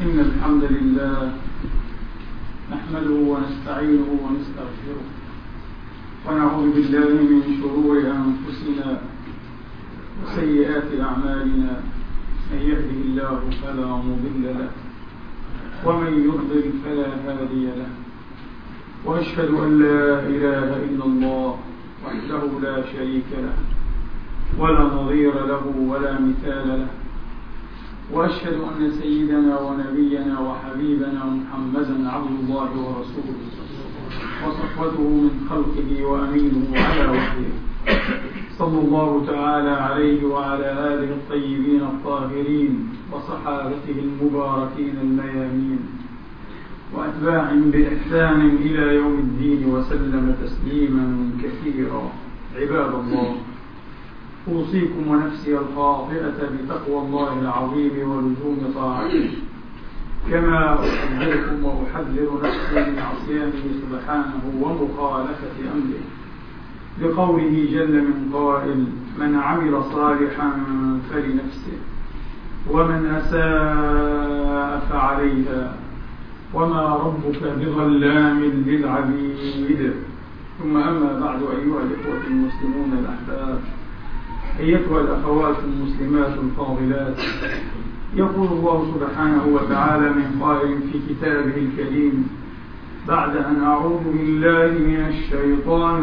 إن الحمد لله نحمده ونستعينه ونستغفره ونعوذ بالله من شرور أنفسنا وسيئات أعمالنا. من يهده الله فلا مضل له ومن يضلل فلا هادي له، وأشهد أن لا إله إلا الله وحده لا شريك له ولا نظير له ولا مثال له، وأشهد أن سيدنا ونبينا وحبيبنا محمدا عبد الله ورسوله وصفوته من خلقه وأمينه على وحيه، صلى الله تعالى عليه وعلى آله الطيبين الطاهرين وصحابته المباركين الميامين وأتباعهم بإحسان إلى يوم الدين وسلم تسليما كثيرا. عباد الله، أوصيكم ونفسي الخاطئة بتقوى الله العظيم ولزوم طاعته، كما أحذركم وأحذر نفسي من عصيانه سبحانه ومخالفة أمره، لقوله جل من قائل: من عمل صالحا فلنفسه ومن أساء فعليها وما ربك بظلام للعبيد. ثم أما بعد، أيها الإخوة المسلمون الأحباب، أيتها الأخوات المسلمات الفاضلات، يقول الله سبحانه وتعالى من قائل في كتابه الكريم بعد أن أعوذ بالله من الشيطان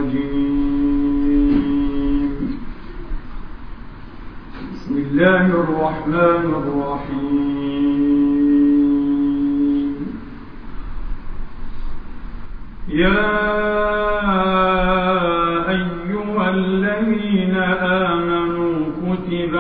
الرجيم: بسم الله الرحمن الرحيم. يا أيها الذين آمنوا كتب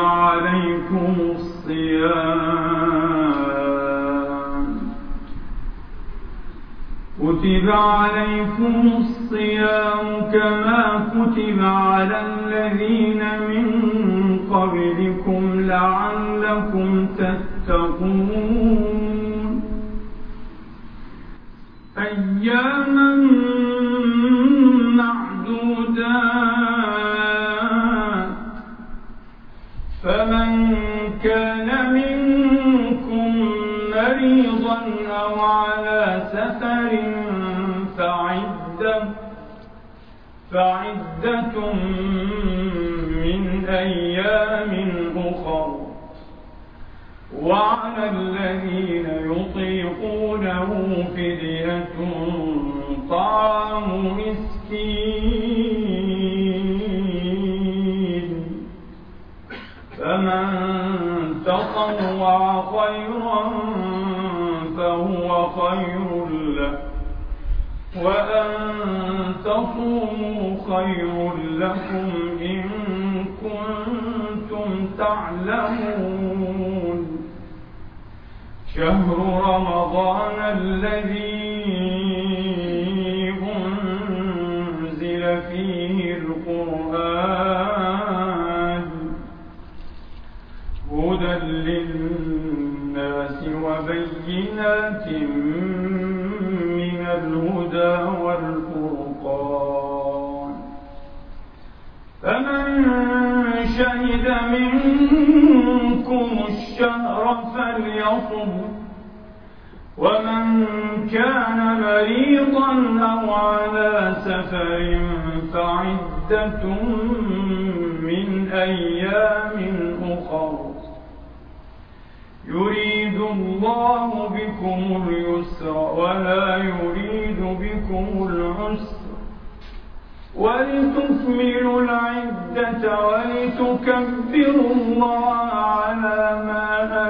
عليكم الصيام كما كتب على الذين من قبلكم لعلكم تتقون، أياما معدودات، فمن كان منكم مريضا أو على سفر فعدة من أيام أخر، وعلى الذين يطيقونه فدية طعام مسكين، فمن تطوع خيرا فهو خير له، وأن تصوموا خير لكم إن كنتم تعلمون. شهر رمضان الذي أنزل فيه القرآن هدى للناس وبينات من الهدى والفرقان، فمن شهد منكم الشهر فليصم، ومن كان مريضا أو على سفر فعدة من أيام أخر، يريد الله بكم اليسر ولا يريد بكم العسر، ولتكملوا العدة ولتكبروا الله على ما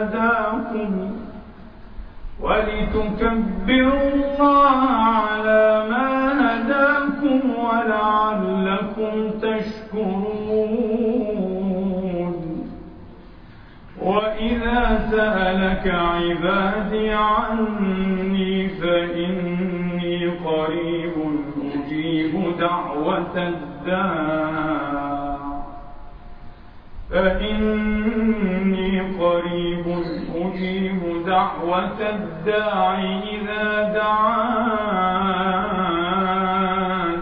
هداكم ولعلكم تشكرون. وإذا سألك عبادي عني فإني قريب أجيب دعوة الداع إذا دعان،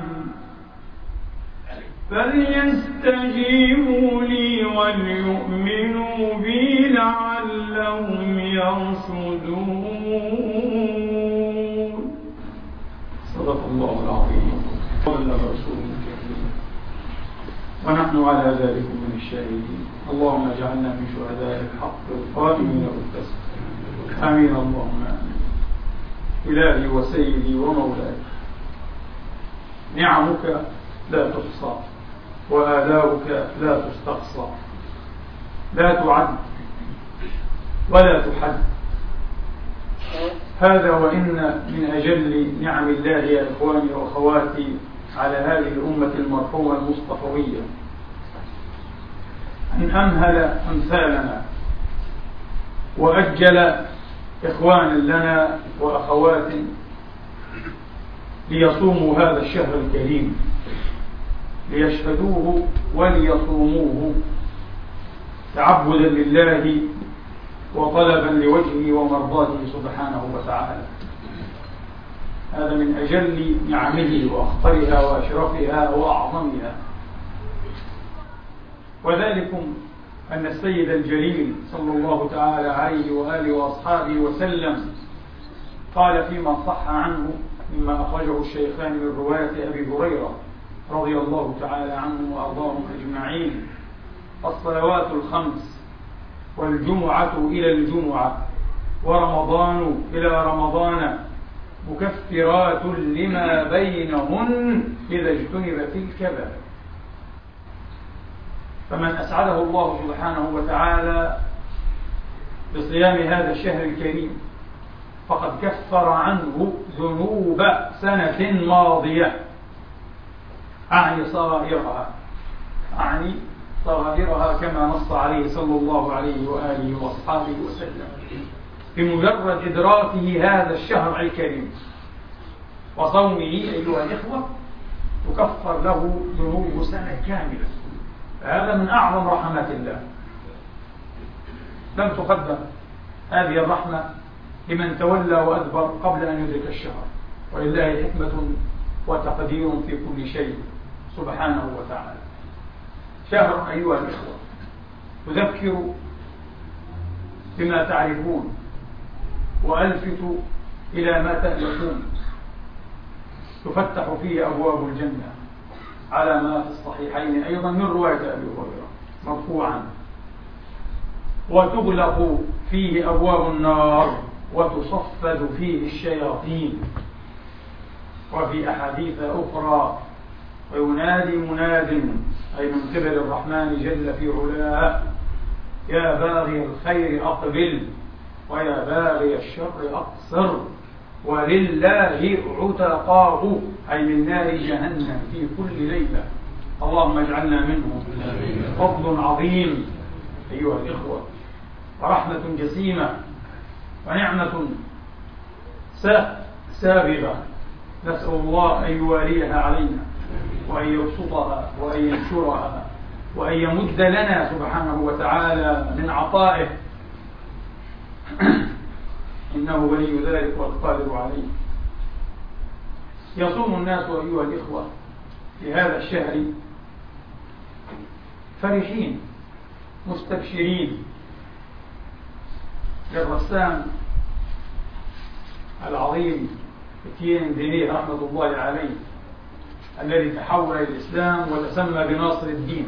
فليستجيبوا لي وليؤمنوا بي لعلهم يرصدون. صدق الله العظيم وبلغ رسوله الكريم ونحن على ذلك من الشاهدين. اللهم اجعلنا من شهداء الحق القائمين بالقسط. آمين اللهم آمين. إلهي وسيدي ومولاي، نعمك لا تحصى وآلاؤك لا تستقصى، لا تعد ولا تحد. هذا وإن من أجل نعم الله يا إخواني وأخواتي على هذه الأمة المرحومة المصطفوية أن أمهل أمثالنا وأجل إخوانا لنا وأخوات ليصوموا هذا الشهر الكريم، ليشهدوه وليصوموه تعبدا لله وطلبا لوجهه ومرضاته سبحانه وتعالى. هذا من أجل نعمه وأخطرها وأشرفها وأعظمها. وذلكم أن السيد الجليل صلى الله تعالى عليه وآله وأصحابه وسلم قال فيما صح عنه مما أخرجه الشيخان من رواية أبي هريرة رضي الله تعالى عنه وأرضاهم أجمعين: الصلوات الخمس والجمعة إلى الجمعة ورمضان إلى رمضان مكفرات لما بينهن إذا اجتنبت الكبائر. فمن أسعده الله سبحانه وتعالى بصيام هذا الشهر الكريم فقد كفر عنه ذنوب سنة ماضية، أعني صغائرها كما نص عليه صلى الله عليه وآله وأصحابه وسلم، بمجرد إدراكه هذا الشهر الكريم وصومه أيها الإخوة تكفر له ذنوب سنة كاملة. هذا من أعظم رحمات الله. لم تقدم هذه الرحمة لمن تولى وأدبر قبل أن يدرك الشهر، ولله حكمة وتقدير في كل شيء سبحانه وتعالى. شهر أيها الإخوة تذكر بما تعرفون وألفت إلى ما تألفون. تفتح فيه أبواب الجنة على ما في الصحيحين أيضا من رواية أبي هريرة مرفوعا، وتغلق فيه أبواب النار وتصفد فيه الشياطين. وفي أحاديث أخرى: وينادي مناد أي من قبل الرحمن جل في علاه: يا باغي الخير أقبل ويا باغي الشر أقصر، ولله عتقاء أي من نار جهنم في كل ليلة. اللهم اجعلنا منهم. فضل عظيم أيها الإخوة، ورحمة جسيمة، ونعمة سابغة، نسأل الله أن يواليها علينا وأن يبسطها وأن ينشرها وأن يمد لنا سبحانه وتعالى من عطائه إنه ولي ذلك والقادر عليه. يصوم الناس أيها الإخوة في هذا الشهر فرحين مستبشرين. للرسام العظيم إتيين دينيه رحمة الله عليه الذي تحول إلى الإسلام وتسمى بناصر الدين،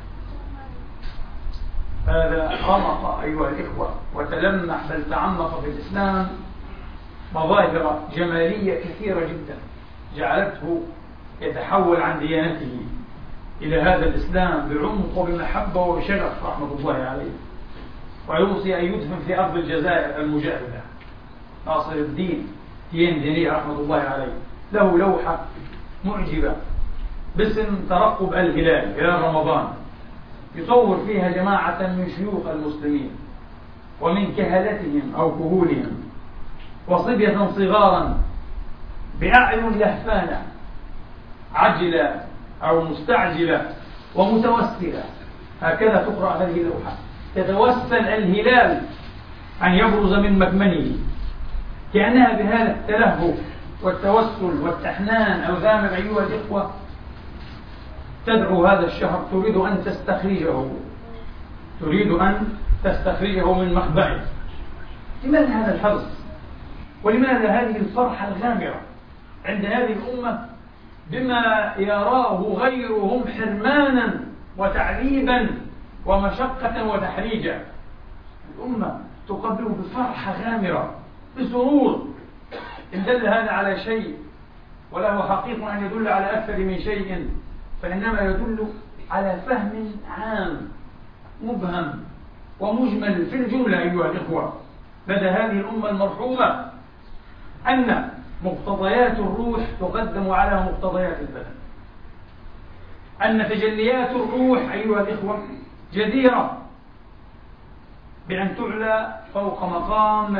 هذا رمق أيها الإخوة وتلمح بل تعمق في الإسلام مظاهر جمالية كثيرة جدا جعلته يتحول عن ديانته إلى هذا الإسلام بعمق وبمحبة وبشغف رحمة الله عليه. ويوصي أن يدفن في أرض الجزائر المجاهدة. ناصر الدين تين ديني رحمة الله عليه له لوحة معجبة باسم ترقب الهلال، هلال رمضان، يصور فيها جماعة من شيوخ المسلمين ومن كهلتهم أو كهولهم وصبية صغارا بأعين لهفانة عجلة أو مستعجلة ومتوسلة. هكذا تقرأ هذه اللوحة، تتوسل الهلال أن يبرز من مكمنه، كأنها بهذا التلهف والتوسل والتحنان الغامر أيها الإخوة تدعو هذا الشهر، تريد أن تستخرجه من مخبئه لماذا هذا الحرص؟ ولماذا هذه الفرحة الغامرة عند هذه الأمة بما يراه غيرهم حرمانا وتعذيبا ومشقة وتحريجا؟ الأمة تقبله بفرحة غامرة، بسرور. إن دل هذا على شيء، وله حقيق أن يدل على أكثر من شيء، فإنما يدل على فهم عام مبهم ومجمل في الجملة أيها الإخوة لدى هذه الأمة المرحومة، أن مقتضيات الروح تقدم على مقتضيات البدن، أن تجليات الروح أيها الإخوة جديرة بأن تعلى فوق مقام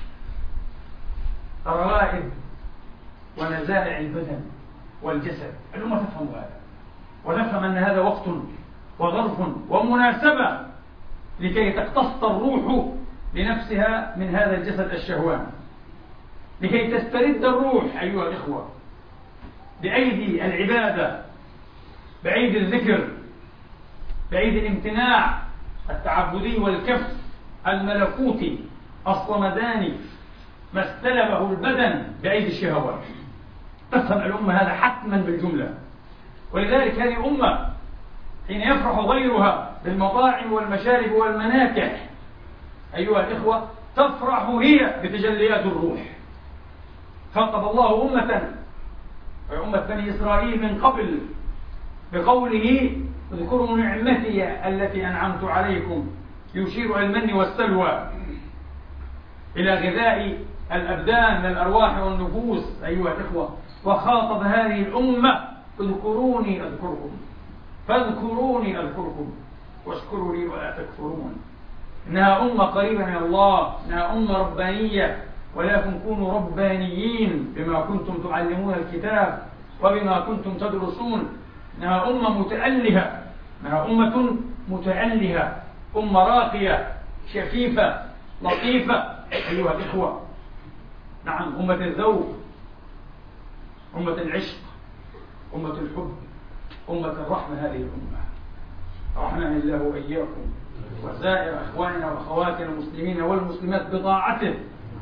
الرغائب ونزائع البدن والجسد. الأمة تفهم هذا، وتفهم أن هذا وقت وظرف ومناسبة لكي تقتص الروح لنفسها من هذا الجسد الشهواني، لكي تسترد الروح أيها الإخوة بأيدي العبادة، بأيدي الذكر، بأيدي الامتناع التعبدي والكف الملكوتي الصمداني، ما استلبه البدن بأيدي الشهوات. تفهم الأمة هذا حتما بالجملة. ولذلك هذه أمة حين يفرح غيرها بالمطاعم والمشارب والمناكح أيها الإخوة تفرح هي بتجليات الروح. خاطب الله أمة وأمة بني إسرائيل من قبل بقوله اذكروا نعمتي التي أنعمت عليكم، يشير إلى المن والسلوى، إلى غذاء الأبدان من الأرواح والنفوس أيها الإخوة. وخاطب هذه الأمة اذكروني أذكركم، فاذكروني أذكركم واشكروا لي ولا تكفرون. إنها أمة قريبة من الله، إنها أمة ربانية، ولكن كونوا ربانيين بما كنتم تعلمون الكتاب وبما كنتم تدرسون. إنها أمة متألهة، إنها أمة متألهة، أمة راقية شفيفة لطيفة أيها الإخوة. نعم، أمة الذوق، أمة العشق، أمة الحب، أمة الرحمة. هذه الأمة رحمنا الله وإياكم وسائر أخواننا وأخواتنا المسلمين والمسلمات بطاعته،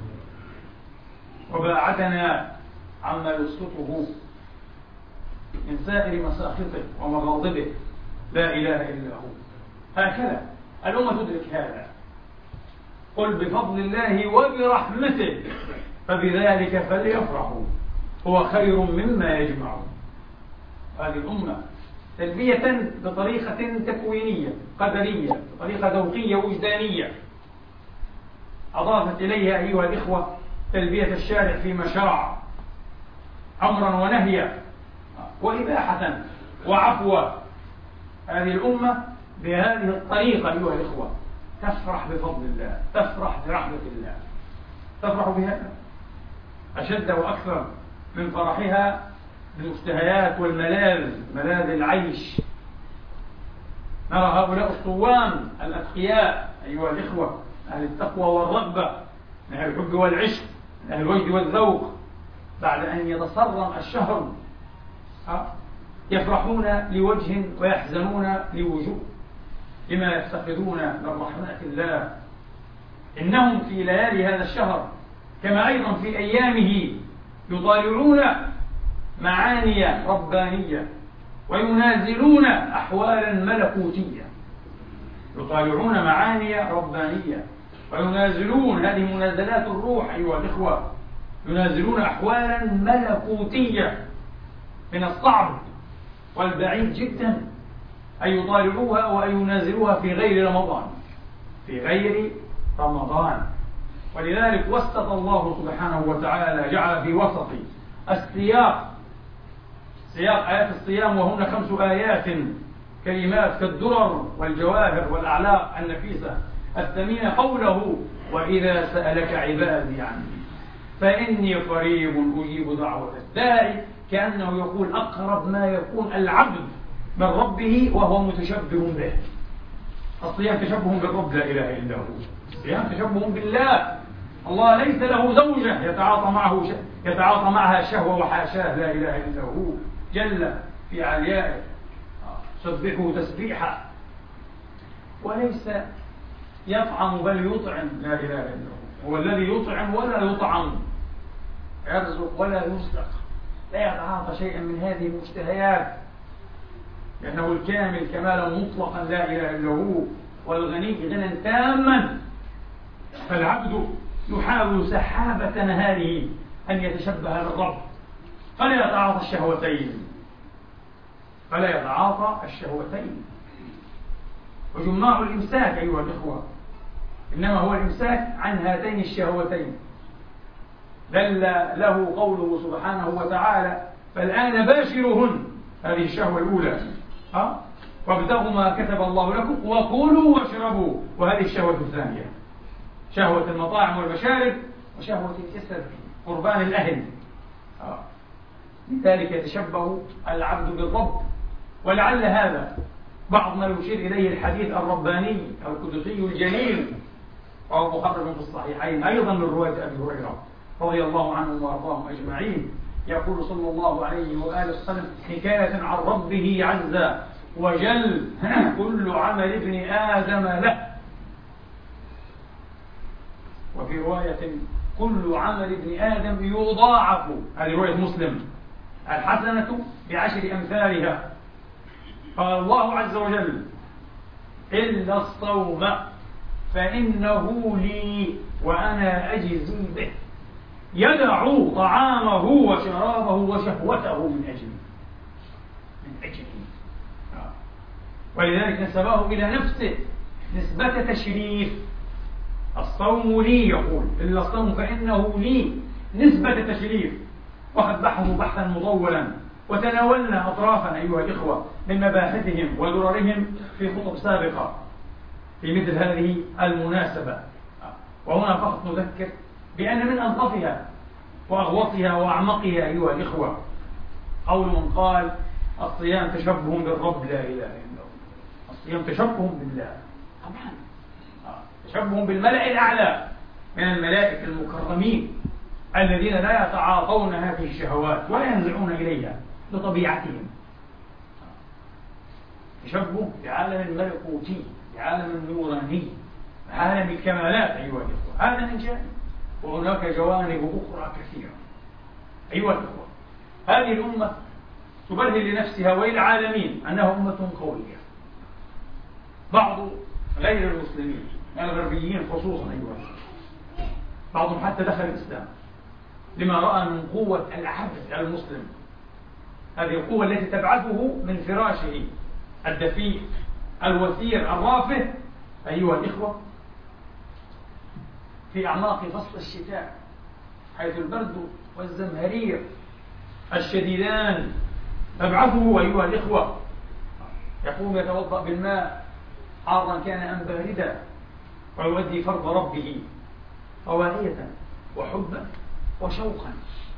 وباعدنا عما يسقطه من سائر مساخطه ومغاضبه. لا إله إلا هو. هكذا الأمة تدرك هذا. قل بفضل الله وبرحمته فبذلك فليفرحوا هو خير مما يجمعون. هذه الأمة تلبية بطريقة تكوينية قدرية، بطريقة ذوقية وجدانية، أضافت إليها أيها الإخوة تلبية الشارع فيما شرع أمرا ونهيا وإباحة وعفوا. هذه الأمة بهذه الطريقة أيها الإخوة تفرح بفضل الله، تفرح برحمة الله، تفرح بهذا أشد وأكثر من فرحها بالمشتهيات والملاذ، ملاذ العيش. نرى هؤلاء الصوام الأتقياء أيها الإخوة، أهل التقوى والرغبة، أهل الحب والعشق، أهل الوجد والذوق، بعد أن يتصرم الشهر يفرحون لوجه ويحزنون لوجوه لما يفتقدون من رحمة الله. إنهم في ليالي هذا الشهر كما أيضا في أيامه يطالعون معاني ربانية وينازلون أحوالا ملكوتية. يطالعون معاني ربانية وينازلون، هذه منازلات الروح أيها الإخوة، ينازلون أحوالا ملكوتية من الصعب والبعيد جدا أن يطالعوها وأن ينازلوها في غير رمضان، في غير رمضان. ولذلك وسط الله سبحانه وتعالى، جعل في وسط السياق، سياق آيات الصيام، وهن 5 آيات كلمات كالدرر والجواهر والأعلاق النفيسة الثمينة، قوله وإذا سألك عبادي عني فإني قريب أجيب دعوة الداعي، كأنه يقول أقرب ما يكون العبد من ربه وهو متشبه به. الصيام تشبه بالرب لا إله إلا هو، الصيام تشبه بالله. الله ليس له زوجة يتعاطى معها شهوة وحاشاه، لا إله إلا هو جل في عليائه، سبحه تسبيحا، وليس يطعم بل يطعم، لا إله إلا هو. هو الذي يطعم ولا يطعم، يرزق ولا يرزق، لا يتعاطى شيئا من هذه المشتهيات، لأنه الكامل كمالا مطلقا لا إله إلا هو، والغني غنى تاما. فالعبد يحاول سحابة نهاره أن يتشبه بالرب، فلا يتعاطى الشهوتين. وجماع الإمساك أيها الإخوة إنما هو الإمساك عن هاتين الشهوتين. دل له قوله سبحانه وتعالى: فالآن باشرهن، هذه الشهوة الأولى، وابتغوا ما كتب الله لكم وكلوا واشربوا، وهذه الشهوة الثانية، شهوة المطاعم والمشارب، وشهوة الجسد قربان الأهل. لذلك يتشبه العبد بالرب. ولعل هذا بعض ما يشير إليه الحديث الرباني القدسي الجليل، وهو مخرج في الصحيحين أيضا من رواية أبي هريرة رضي الله عنهم وأرضاهم أجمعين، يقول صلى الله عليه وآله وسلم حكاية عن ربه عز وجل: كل عمل ابن آدم له. وفي رواية: كل عمل ابن آدم يضاعف، هذه رواية مسلم، الحسنة ب10 أمثالها. قال الله عز وجل: إلا الصوم فإنه لي وأنا أجزي به، يدع طعامه وشرابه وشهوته من أجلي. ولذلك نسبه إلى نفسه نسبة تشريف. الصوم لي، يقول: إلا الصوم فإنه لي، نسبة تشريف. وقد بحثوا بحثا مطولا، وتناولنا أطرافا أيها الإخوة من مباحثهم ودررهم في خطب سابقة في مثل هذه المناسبة. وهنا فقط نذكر بأن من ألطفها وأغوطها وأعمقها أيها الإخوة قول من قال: الصيام تشبه بالرب لا إله إلا هو. الصيام تشبه بالله، طبعا تشبه بالملأ الأعلى من الملائكة المكرمين الذين لا يتعاطون هذه الشهوات ولا ينزعون إليها بطبيعتهم. تشبه بعالم الملكوتي، بعالم النوراني، عالم الكمالات أيها الإخوة. هذا من جانب، وهناك جوانب أخرى كثيرة. أيها الإخوة، هذه الأمة تبرهن لنفسها وللعالمين أنها أمة قوية. بعض غير المسلمين الغربيين خصوصا أيها الإخوة، بعضهم حتى دخل الإسلام لما رأى من قوة العبد المسلم، هذه القوة التي تبعثه من فراشه الدفيء الوثير الرافه أيها الإخوة في أعماق فصل الشتاء، حيث البرد والزمهرير الشديدان تبعثه أيها الإخوة. يقوم يتوضأ بالماء حارا كان أم باردا، ويؤدي فرض ربه طوالية وحبا وشوقا.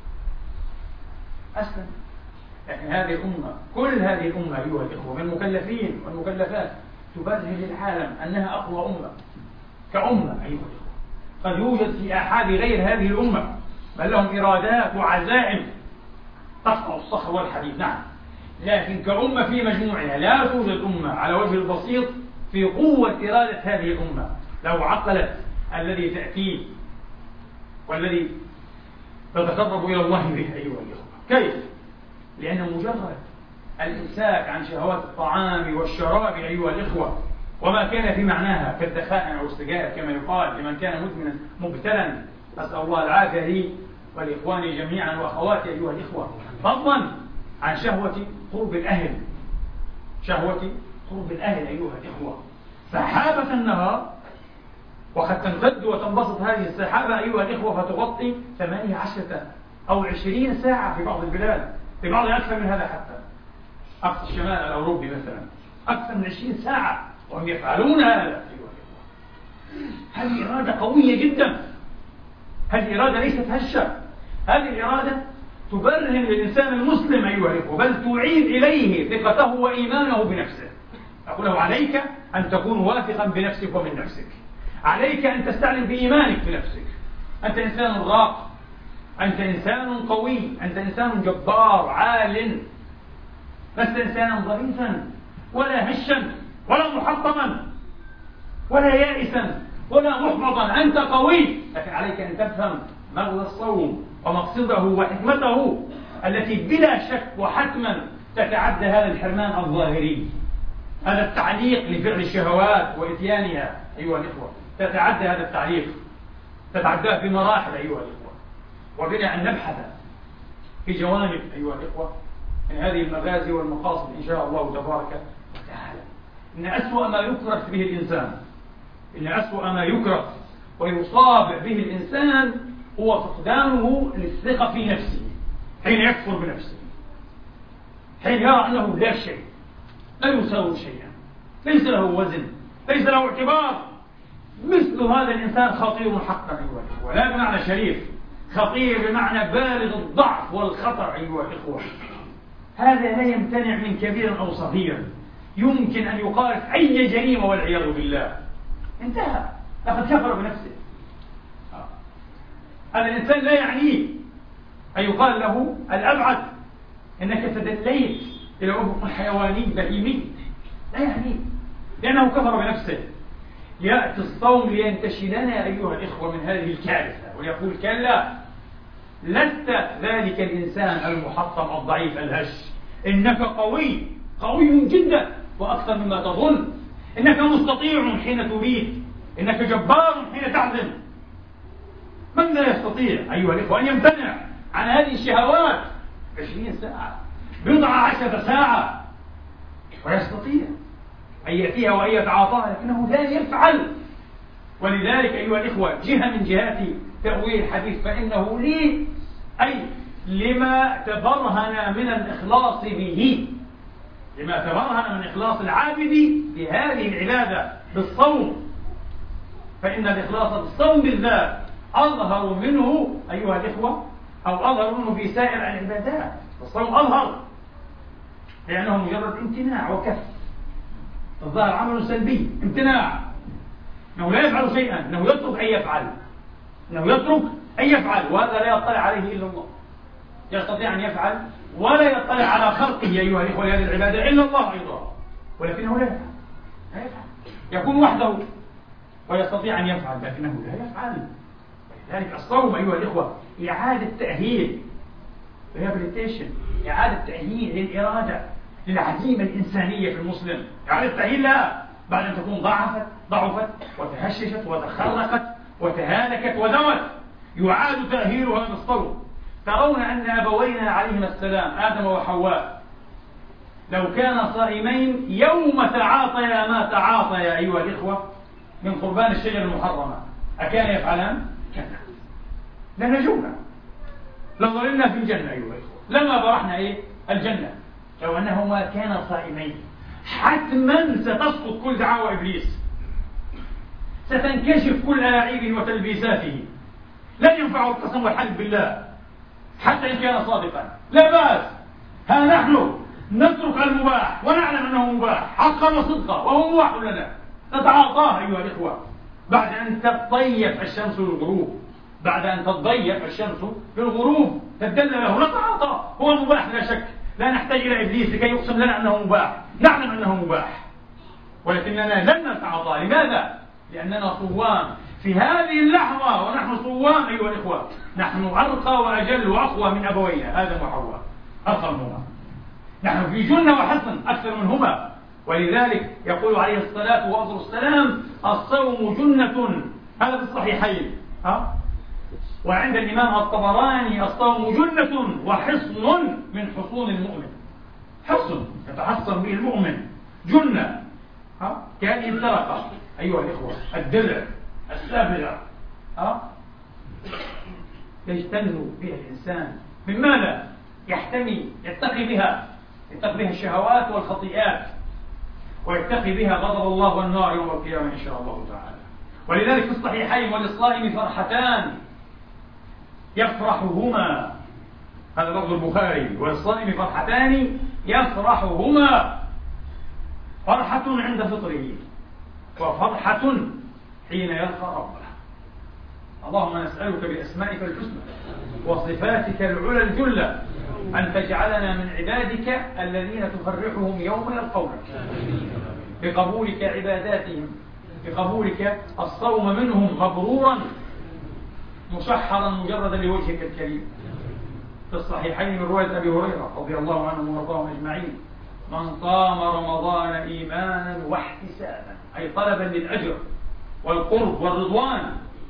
أسلم. لكن هذه الأمة، كل هذه الأمة أيها الإخوة من المكلفين والمكلفات تبرهن للعالم أنها أقوى أمة كأمة أيها الإخوة. قد يوجد في أحد غير هذه الأمة بل لهم إرادات وعزائم تقطع الصخر والحديد، نعم، لكن كأمة في مجموعها لا توجد أمة على وجه البسيط في قوة إرادة هذه الأمة لو عقلت الذي تأتيه والذي تتقرب إلى الله به أيها الإخوة. كيف؟ لأن مجرد الإمساك عن شهوات الطعام والشراب أيها الإخوة وما كان في معناها كالدخان أو السجائر كما يقال لمن كان مدمنا مبتلا، أسأل الله العافية لي ولإخواني جميعا وأخواتي أيها الإخوة، فضلا عن شهوة قرب الأهل، شهوة قرب الأهل أيها الإخوة. سحابة النهار وقد تمتد وتنبسط هذه السحابة أيها الإخوة فتغطي 18 أو 20 ساعة في بعض البلاد، في بعض أكثر من هذا، حتى أقصى الشمال الأوروبي مثلا أكثر من 20 ساعة وهم يفعلون هذا أيها الإخوة. هذه إرادة قوية جدا، هذه إرادة ليست هشة، هذه الإرادة تبرهن للإنسان المسلم أيها الإخوة، بل تعيد إليه ثقته وإيمانه بنفسه. أقول له: عليك أن تكون واثقا بنفسك ومن نفسك، عليك أن تستعلم بإيمانك في نفسك. أنت إنسان راق، أنت إنسان قوي، أنت إنسان جبار عال، لست إنسانا ضعيفا ولا هشا ولا محطما ولا يائسا ولا محبطا، أنت قوي، لكن عليك أن تفهم مغزى الصوم ومقصده وحكمته التي بلا شك وحتما تتعدى هذا الحرمان الظاهري، هذا التعليق لفعل الشهوات وإتيانها أيها الإخوة، تتعدى هذا التعليق، تتعداه بمراحل أيها الإخوة. وبنا أن نبحث في جوانب أيها الإخوة من هذه المغازي والمقاصد إن شاء الله تبارك وتعالى. إن أسوأ ما يكره به الإنسان، إن أسوأ ما يكره ويصاب به الإنسان هو فقدانه للثقة في نفسه، حين يكفر بنفسه، حين يرى أنه لا شيء، لا يساوي شيئا، ليس له وزن، ليس له اعتبار. مثل هذا الإنسان خطير حقا أيها الإخوة، لا بمعنى شريف، خطير بمعنى بالغ الضعف والخطر أيها الإخوة. هذا لا يمتنع من كبير أو صغير، يمكن أن يقارف أي جريمة والعياذ بالله. انتهى، لقد كفر بنفسه. هذا الإنسان لا يعنيه أن يقال له الأبعد إنك تدليت إلى أفق حيواني بهيمي، لا يعنيه، لأنه كفر بنفسه. يأتي الصوم لينتشلنا أيها الإخوة من هذه الكارثة ويقول كلا، لست ذلك الإنسان المحطم الضعيف الهش، إنك قوي، قوي جدا وأكثر مما تظن، إنك مستطيع حين تريد، إنك جبار حين تعزم. من لا يستطيع أيها الإخوة أن يمتنع عن هذه الشهوات 20 ساعة، بضع 10 ساعة، ويستطيع أن يأتيها وأن يتعاطاها، لكنه لا يفعل. ولذلك أيها الإخوة جهة من جهات تأويل الحديث فإنه لي، أي لما تبرهن من الإخلاص به، لما تبرهن من إخلاص العابد بهذه العبادة بالصوم، فإن الإخلاص بالصوم بالذات أظهر منه أيها الإخوة، أو أظهر منه في سائر العبادات. الصوم أظهر لأنه مجرد امتناع وكف، الظاهر عمل سلبي، امتناع، أنه لا يفعل شيئا، أنه يترك أن يفعل، أنه يترك أن يفعل، وهذا لا يطلع عليه إلا الله. يستطيع أن يفعل ولا يطلع على خلقه أيها الإخوة لهذه العبادة إلا الله أيضا، ولكنه لا يفعل، لا يفعل، يكون وحده ويستطيع أن يفعل لكنه لا يفعل. ولذلك الصوم أيها الإخوة إعادة تأهيل، rehabilitation، إعادة تأهيل للإرادة، للعزيمة الإنسانية في المسلم، إعادة تأهيل لها بعد أن تكون ضعفت وتهششت وتخرقت وتهالكت ودمت، يعاد تأهيلها بالصوم. ترون أن أبوينا عليهما السلام آدم وحواء لو كانا صائمين يوم تعاطيا ما تعاطيا أيها الإخوة من قربان الشجرة المحرمة، أكان يفعلان؟ كلا، لنجونا، لظللنا في الجنة أيها الإخوة، لما برحنا الجنة لو أنهما كانا صائمين. حتما ستسقط كل دعاوى إبليس، ستنكشف كل ألاعيبه وتلبيساته، لن ينفعه القسم والحلف بالله حتى إن كان صادقا، لا بأس، ها نحن نترك المباح ونعلم أنه مباح حقا وصدقا وهو مباح لنا، نتعاطاه أيها الإخوة بعد أن تتضيف الشمس للغروب، بعد أن تتضيف الشمس للغروب تدل له، نتعاطاه، هو مباح لا شك، لا نحتاج إلى إبليس لكي يقسم لنا أنه مباح، نعلم أنه مباح ولكننا لن نتعاطاه. لماذا؟ لأننا صوام في هذه اللحظة، ونحن صوام أيها الإخوة، نحن أرقى وأجل وأقوى من أبوينا آدم وحواء، أرقى منهما، نحن في جنة وحسن أكثر منهما. ولذلك يقول عليه الصلاة والسلام الصوم جنة، هذا في الصحيحين، وعند الإمام الطبراني الصوم جنة وحصن من حصون المؤمن، حصن يتحصن به المؤمن، جنة كأن انسرق أيها الإخوة الدرع السابغة يجتن بها الإنسان، من ماذا؟ يحتمي، يتقي بها الشهوات والخطيئات، ويتقي بها غضب الله والنار يوم القيامة إن شاء الله تعالى. ولذلك في الصحيحين وللصائم فرحتان يفرحهما، هذا لفظ البخاري، وللصائم فرحتان يفرحهما، فرحة عند فطره وفرحة حين يلقى ربه. اللهم نسألك بأسمائك الحسنى وصفاتك العلى الجلة أن تجعلنا من عبادك الذين تفرحهم يوم يلقونك، بقبولك عباداتهم بقبولك الصوم منهم مبرورا مشحرا مجردا لوجهك الكريم. في الصحيحين من رواية أبي هريرة رضي الله عنه وارضاهم أجمعين: من صام رمضان إيمانا واحتسابا، أي طلبا للأجر والقرب والرضوان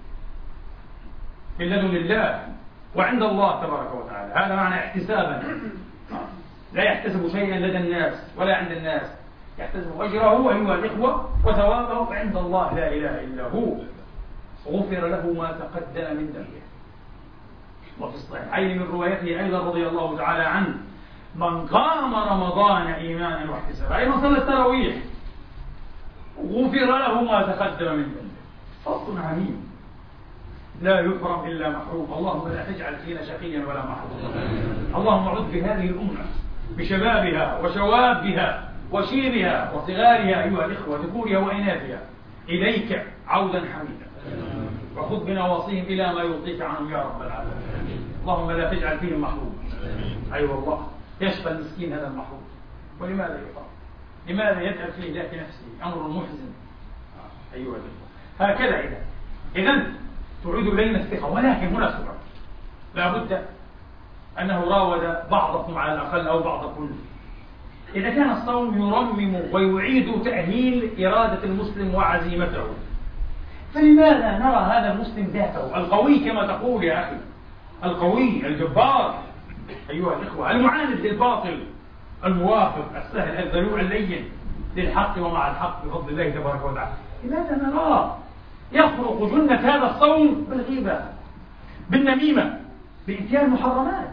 من لدن الله وعند الله تبارك وتعالى. هذا معنى احتسابا، لا يحتسب شيئا لدى الناس ولا عند الناس، يحتسب أجره أيها الإخوة وثوابه عند الله لا إله إلا هو. غفر له ما تقدم من ذنبه. وفي الصحيحين من روايته أيضا رضي الله تعالى عنه: من قام رمضان إيمانا واحتسابا، أي من صلى التراويح غفر له ما تقدم من ذنبه. فضل عميم لا يكرم إلا محروم. اللهم لا تجعل فينا شقيا ولا محروما. اللهم عد بهذه الأمة بشبابها وشوابها وشيبها وصغارها أيها الإخوة، ذكورها وإناثها، إليك عودا حميدا، وخذ بنواصيهم إلى ما يرضيك عنهم يا رب العالمين. اللهم لا تجعل فيهم محروم. أي والله يشفى المسكين هذا المحروم. ولماذا يقام؟ لماذا يتعب فيه ذات نفسه؟ أمر محزن أيها الإخوة. هكذا إذن تعود إلينا الثقة. ولكن هنا سؤال لا بد أنه راود بعضكم على الأقل أو بعضكم: إذا كان الصوم يرمم ويعيد تأهيل إرادة المسلم وعزيمته، فلماذا نرى هذا المسلم ذاته القوي كما تقول يا أخي، القوي الجبار أيها الإخوة، المعاند للباطل، الموافق السهل الذلوع اللين للحق ومع الحق بفضل الله تبارك وتعالى، لماذا نراه يخرق جنة هذا الصوم بالغيبة، بالنميمة، بإتيان محرمات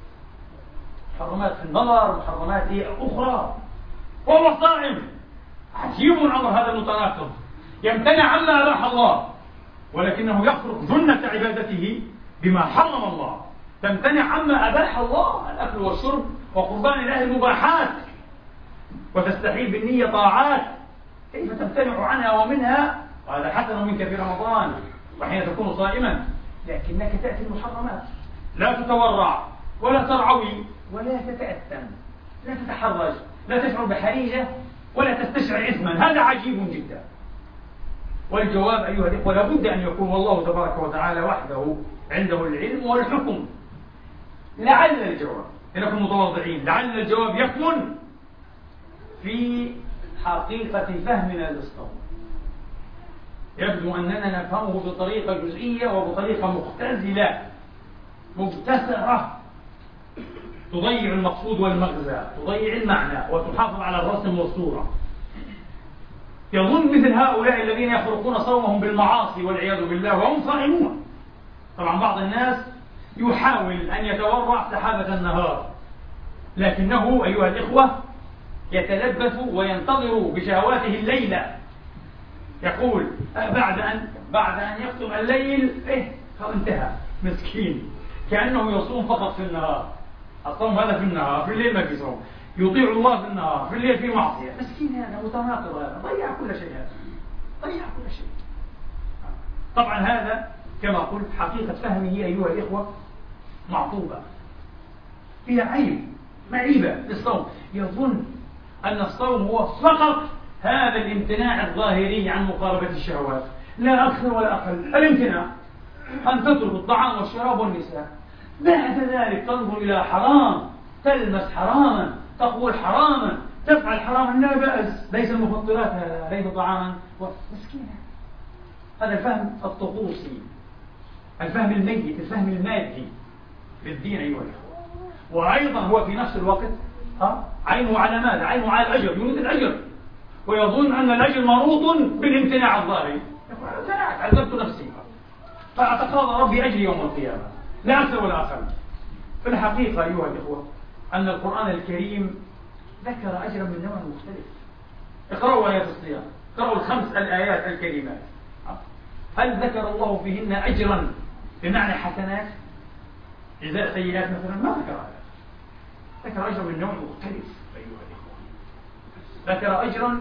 في النظر، محرمات أخرى، وهو صائم؟ عجيب أمر هذا المتناقض، يمتنع عما أباح الله ولكنه يخرق جنة عبادته بما حرم الله، تمتنع عما أباح الله، الأكل والشرب وقربان الله المباحات، وتستحيل بالنية طاعات، كيف تمتنع عنها ومنها؟ وهذا حسن منك في رمضان وحين تكون صائما، لكنك تأتي المحرمات، لا تتورع ولا ترعوي ولا تتأثم، لا تتحرج، لا تشعر بحريجة ولا تستشعر إثما. هذا عجيب جدا. والجواب أيها الإخوة لابد أن يكون والله تبارك وتعالى وحده عنده العلم والحكم. لعل الجواب، إنكم متواضعين، لعل الجواب يكمن في حقيقة فهمنا للصوم. يبدو أننا نفهمه بطريقة جزئية وبطريقة مختزلة مبتسرة تضيع المقصود والمغزى، تضيع المعنى وتحافظ على الرسم والصورة. يظن مثل هؤلاء الذين يخرقون صومهم بالمعاصي والعياذ بالله وهم صائمون. طبعا بعض الناس يحاول أن يتورع سحابة النهار، لكنه أيها الإخوة يتلبث وينتظر بشهواته الليلة، يقول بعد أن يختم الليل انتهى، مسكين، كأنه يصوم فقط في النهار. الصوم هذا في النهار، في الليل ما في صوم، يطيع الله في النهار، في الليل في معصية. مسكين هذا، متناقض هذا، ضيع كل شيء، هذا ضيع كل شيء. طبعا هذا كما قلت حقيقة فهمه أيها الإخوة معطوبة، فيها عيب، معيبة للصوم. يظن أن الصوم هو فقط هذا الامتناع الظاهري عن مقاربة الشهوات، لا أكثر ولا أقل. الامتناع أن تترك الطعام والشراب والنساء، بعد ذلك تنظر إلى حرام، تلمس حراما، تقول حراما، تفعل حراما، لا بأس، ليس المفطرات هذا، ليس طعاما مسكين. هذا الفهم الطقوسي، الفهم الميت، الفهم المادي للدين أيها الأخوة. وأيضا هو في نفس الوقت عينه على ماذا؟ عينه على الأجر، يريد الأجر، ويظن أن الأجر منوط بالامتناع الظاهري. يقول امتنعت، عذبت نفسي فأتقاضى ربي أجري يوم القيامة، لا أكثر ولا أقل. في الحقيقة أيها الإخوة أن القرآن الكريم ذكر أجرا من نوع مختلف. اقرأوا آيات الصيام، اقرأوا الخمس الآيات الكريمات، هل ذكر الله فيهن أجرا بمعنى حسنات جزاء سيئات مثلا؟ ما ذكر هذا، ذكر أجرا من نوع مختلف أيها الإخوة. ذكر أجرا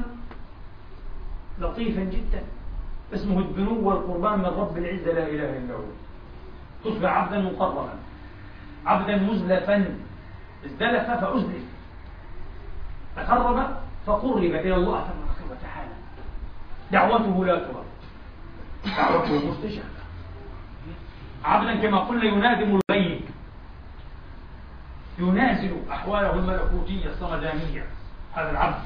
لطيفا جدا اسمه الدنو والقربان من رب العزة لا إله إلا هو. تصبح عبدا مقربا، عبدا مزلفا، ازدلف فأزلف، تقرب فقرب إلى الله تبارك وتعالى. دعوته لا ترد، دعوته مستجابة. عبدا كما قلنا ينادم الغيب، ينازل أحواله الملكوتية الصمدانية. هذا العبد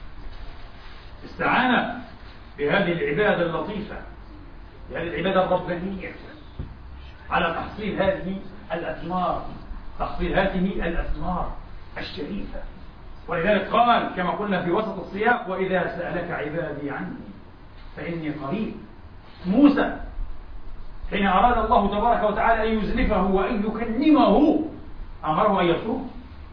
استعان بهذه العبادة اللطيفة، بهذه العبادة الربانية على تحصيل هذه الأثمار، تحصيل هذه الأثمار الشريفة. ولذلك قال كما قلنا في وسط السياق: وإذا سألك عبادي عني فإني قريب. موسى حين أراد الله تبارك وتعالى أن يزلفه وأن يكلمه أمره أن يصوم.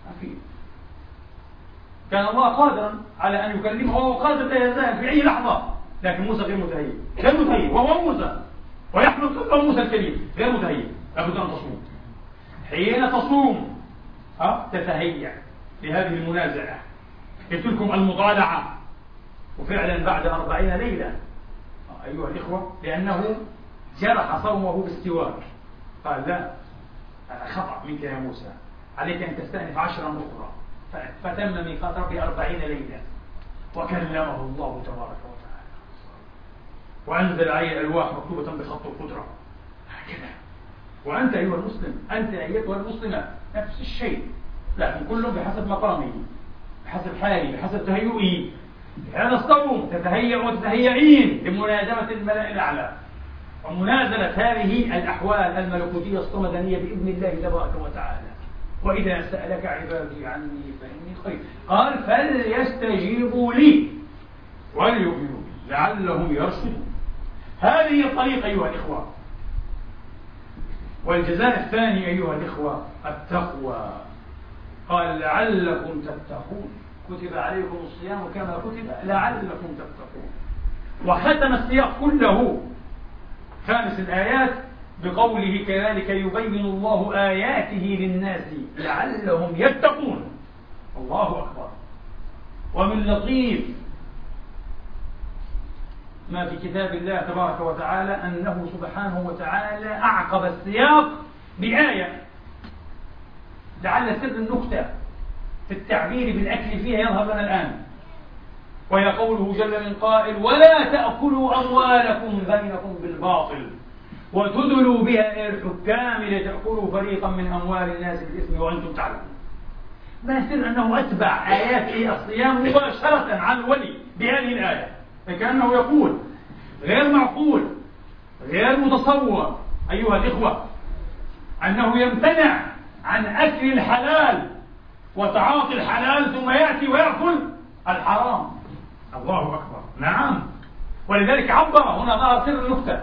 كان الله قادرا على أن يكلمه، وهو قادر لا يزال في أي لحظة، لكن موسى غير متهيئ، غير متهيئ، وهو موسى ويحمل قلب موسى الكريم، غير متهيئ. لابد أن تصوم. حين تصوم تتهيأ لهذه المنازلة. قلت لكم المطالعة، وفعلا بعد 40 ليلة أيها الإخوة، لأنه جرح صومه باستواك، قال: لا، خطأ منك يا موسى، عليك أن تستأنف 10 أخرى. فتم ميقات ربه 40 ليلة، وكلمه الله تبارك وتعالى، وأنزل عليه الألواح مكتوبة بخط القدرة. هكذا. وأنت أيها المسلم، أنت أيتها المسلمة، نفس الشيء، لكن كل بحسب مقامه، بحسب حاله، بحسب تهيئه. هذا الصوم تتهيأ وتتهيئين لمنادمة الملأ الأعلى ومنازلة هذه الأحوال الملكوتية الصمدانية بإذن الله تبارك وتعالى. وإذا سألك عبادي عني فإني قريب. قال: فليستجيبوا لي وليؤمنوا بي لعلهم يرشدون. هذه الطريقة أيها الإخوة. والجزاء الثاني أيها الإخوة التقوى. قال: لعلكم تتقون، كتب عليكم الصيام كما كتب لعلكم تتقون. وختم السياق كله خامس الآيات بقوله: كذلك يبين الله آياته للناس لعلهم يتقون. الله أكبر. ومن لطيف ما في كتاب الله تبارك وتعالى أنه سبحانه وتعالى أعقب السياق بآية لعل سر النكتة في التعبير بالأكل فيها يظهر لنا الآن، وهي قوله جل من قائل: ولا تأكلوا أموالكم بينكم بالباطل وتدلوا بها إلى الحكام لتأكلوا فريقا من أموال الناس بالإثم وأنتم تعلمون. ما سر أنه أتبع آيات الصيام مباشرة عن الولي بهذه الآية، فكأنه يقول: غير معقول، غير متصور أيها الإخوة أنه يمتنع عن أكل الحلال وتعاطي الحلال ثم يأتي ويأكل الحرام. الله أكبر. نعم. ولذلك عبر هنا ظهر سر النكتة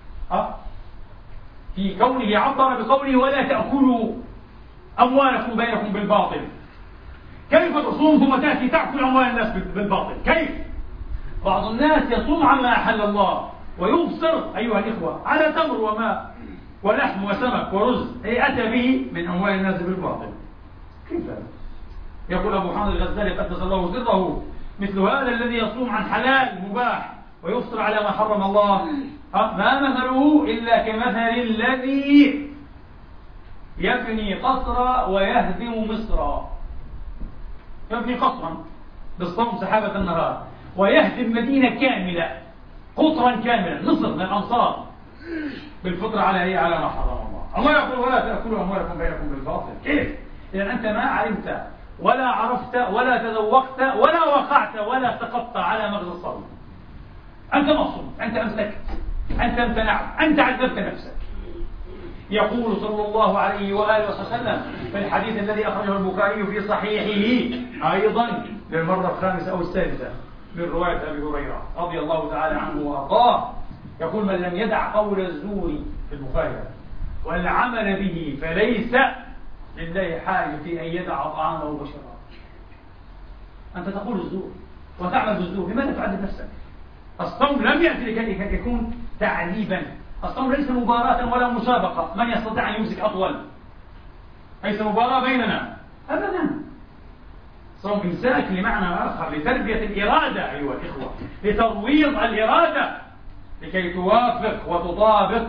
في كونه عبر بقوله: ولا تأكلوا أموالكم بينكم بالباطل. كيف تصوم ثم تأتي تأكل أموال الناس بالباطل؟ كيف؟ بعض الناس يصوم عما أحل الله ويبصر أيها الإخوة على تمر وماء ولحم وسمك ورز، أتى به من أموال الناس بالباطل. كيف؟ يقول أبو حامد الغزالي قدس الله سره: مثل هذا الذي يصوم عن حلال مباح ويفطر على ما حرم الله ما مثله إلا كمثل الذي يبني قصرا ويهدم مصرا. يبني قصرا بالصوم سحابة النهار ويهدم مدينة كاملة، قطرا كاملا، مصر من الأمصار، بالفطر على ما حرم الله. الله يقول: ولا تأكلوا أموالكم بينكم بالباطل. كيف؟ إذا أنت ما علمت ولا عرفت ولا تذوقت ولا وقعت ولا سقطت على مغزى الصوم، أنت مصوم، أنت أمسكت، أنت امتنعت، أنت عذبت نفسك. يقول صلى الله عليه وآله وسلم في الحديث الذي أخرجه البخاري في صحيحه أيضا للمرة الخامسة أو السادسة من رواية أبي هريرة رضي الله تعالى عنه وأرضاه، يقول: من لم يدع قول الزور في البخاري والعمل به فليس لله حاجة في أن يدع طعامه وشرابه. أنت تقول الزور وتعمل بالزور، لماذا تعذب نفسك؟ الصوم لم يأتي لكي يكون تعذيبا. الصوم ليس مباراة ولا مسابقة من يستطيع أن يمسك أطول، ليس مباراة بيننا أبدا. صوم إمساك لمعنى آخر، لتربية الإرادة أيها الإخوة، لترويض الإرادة لكي توافق وتطابق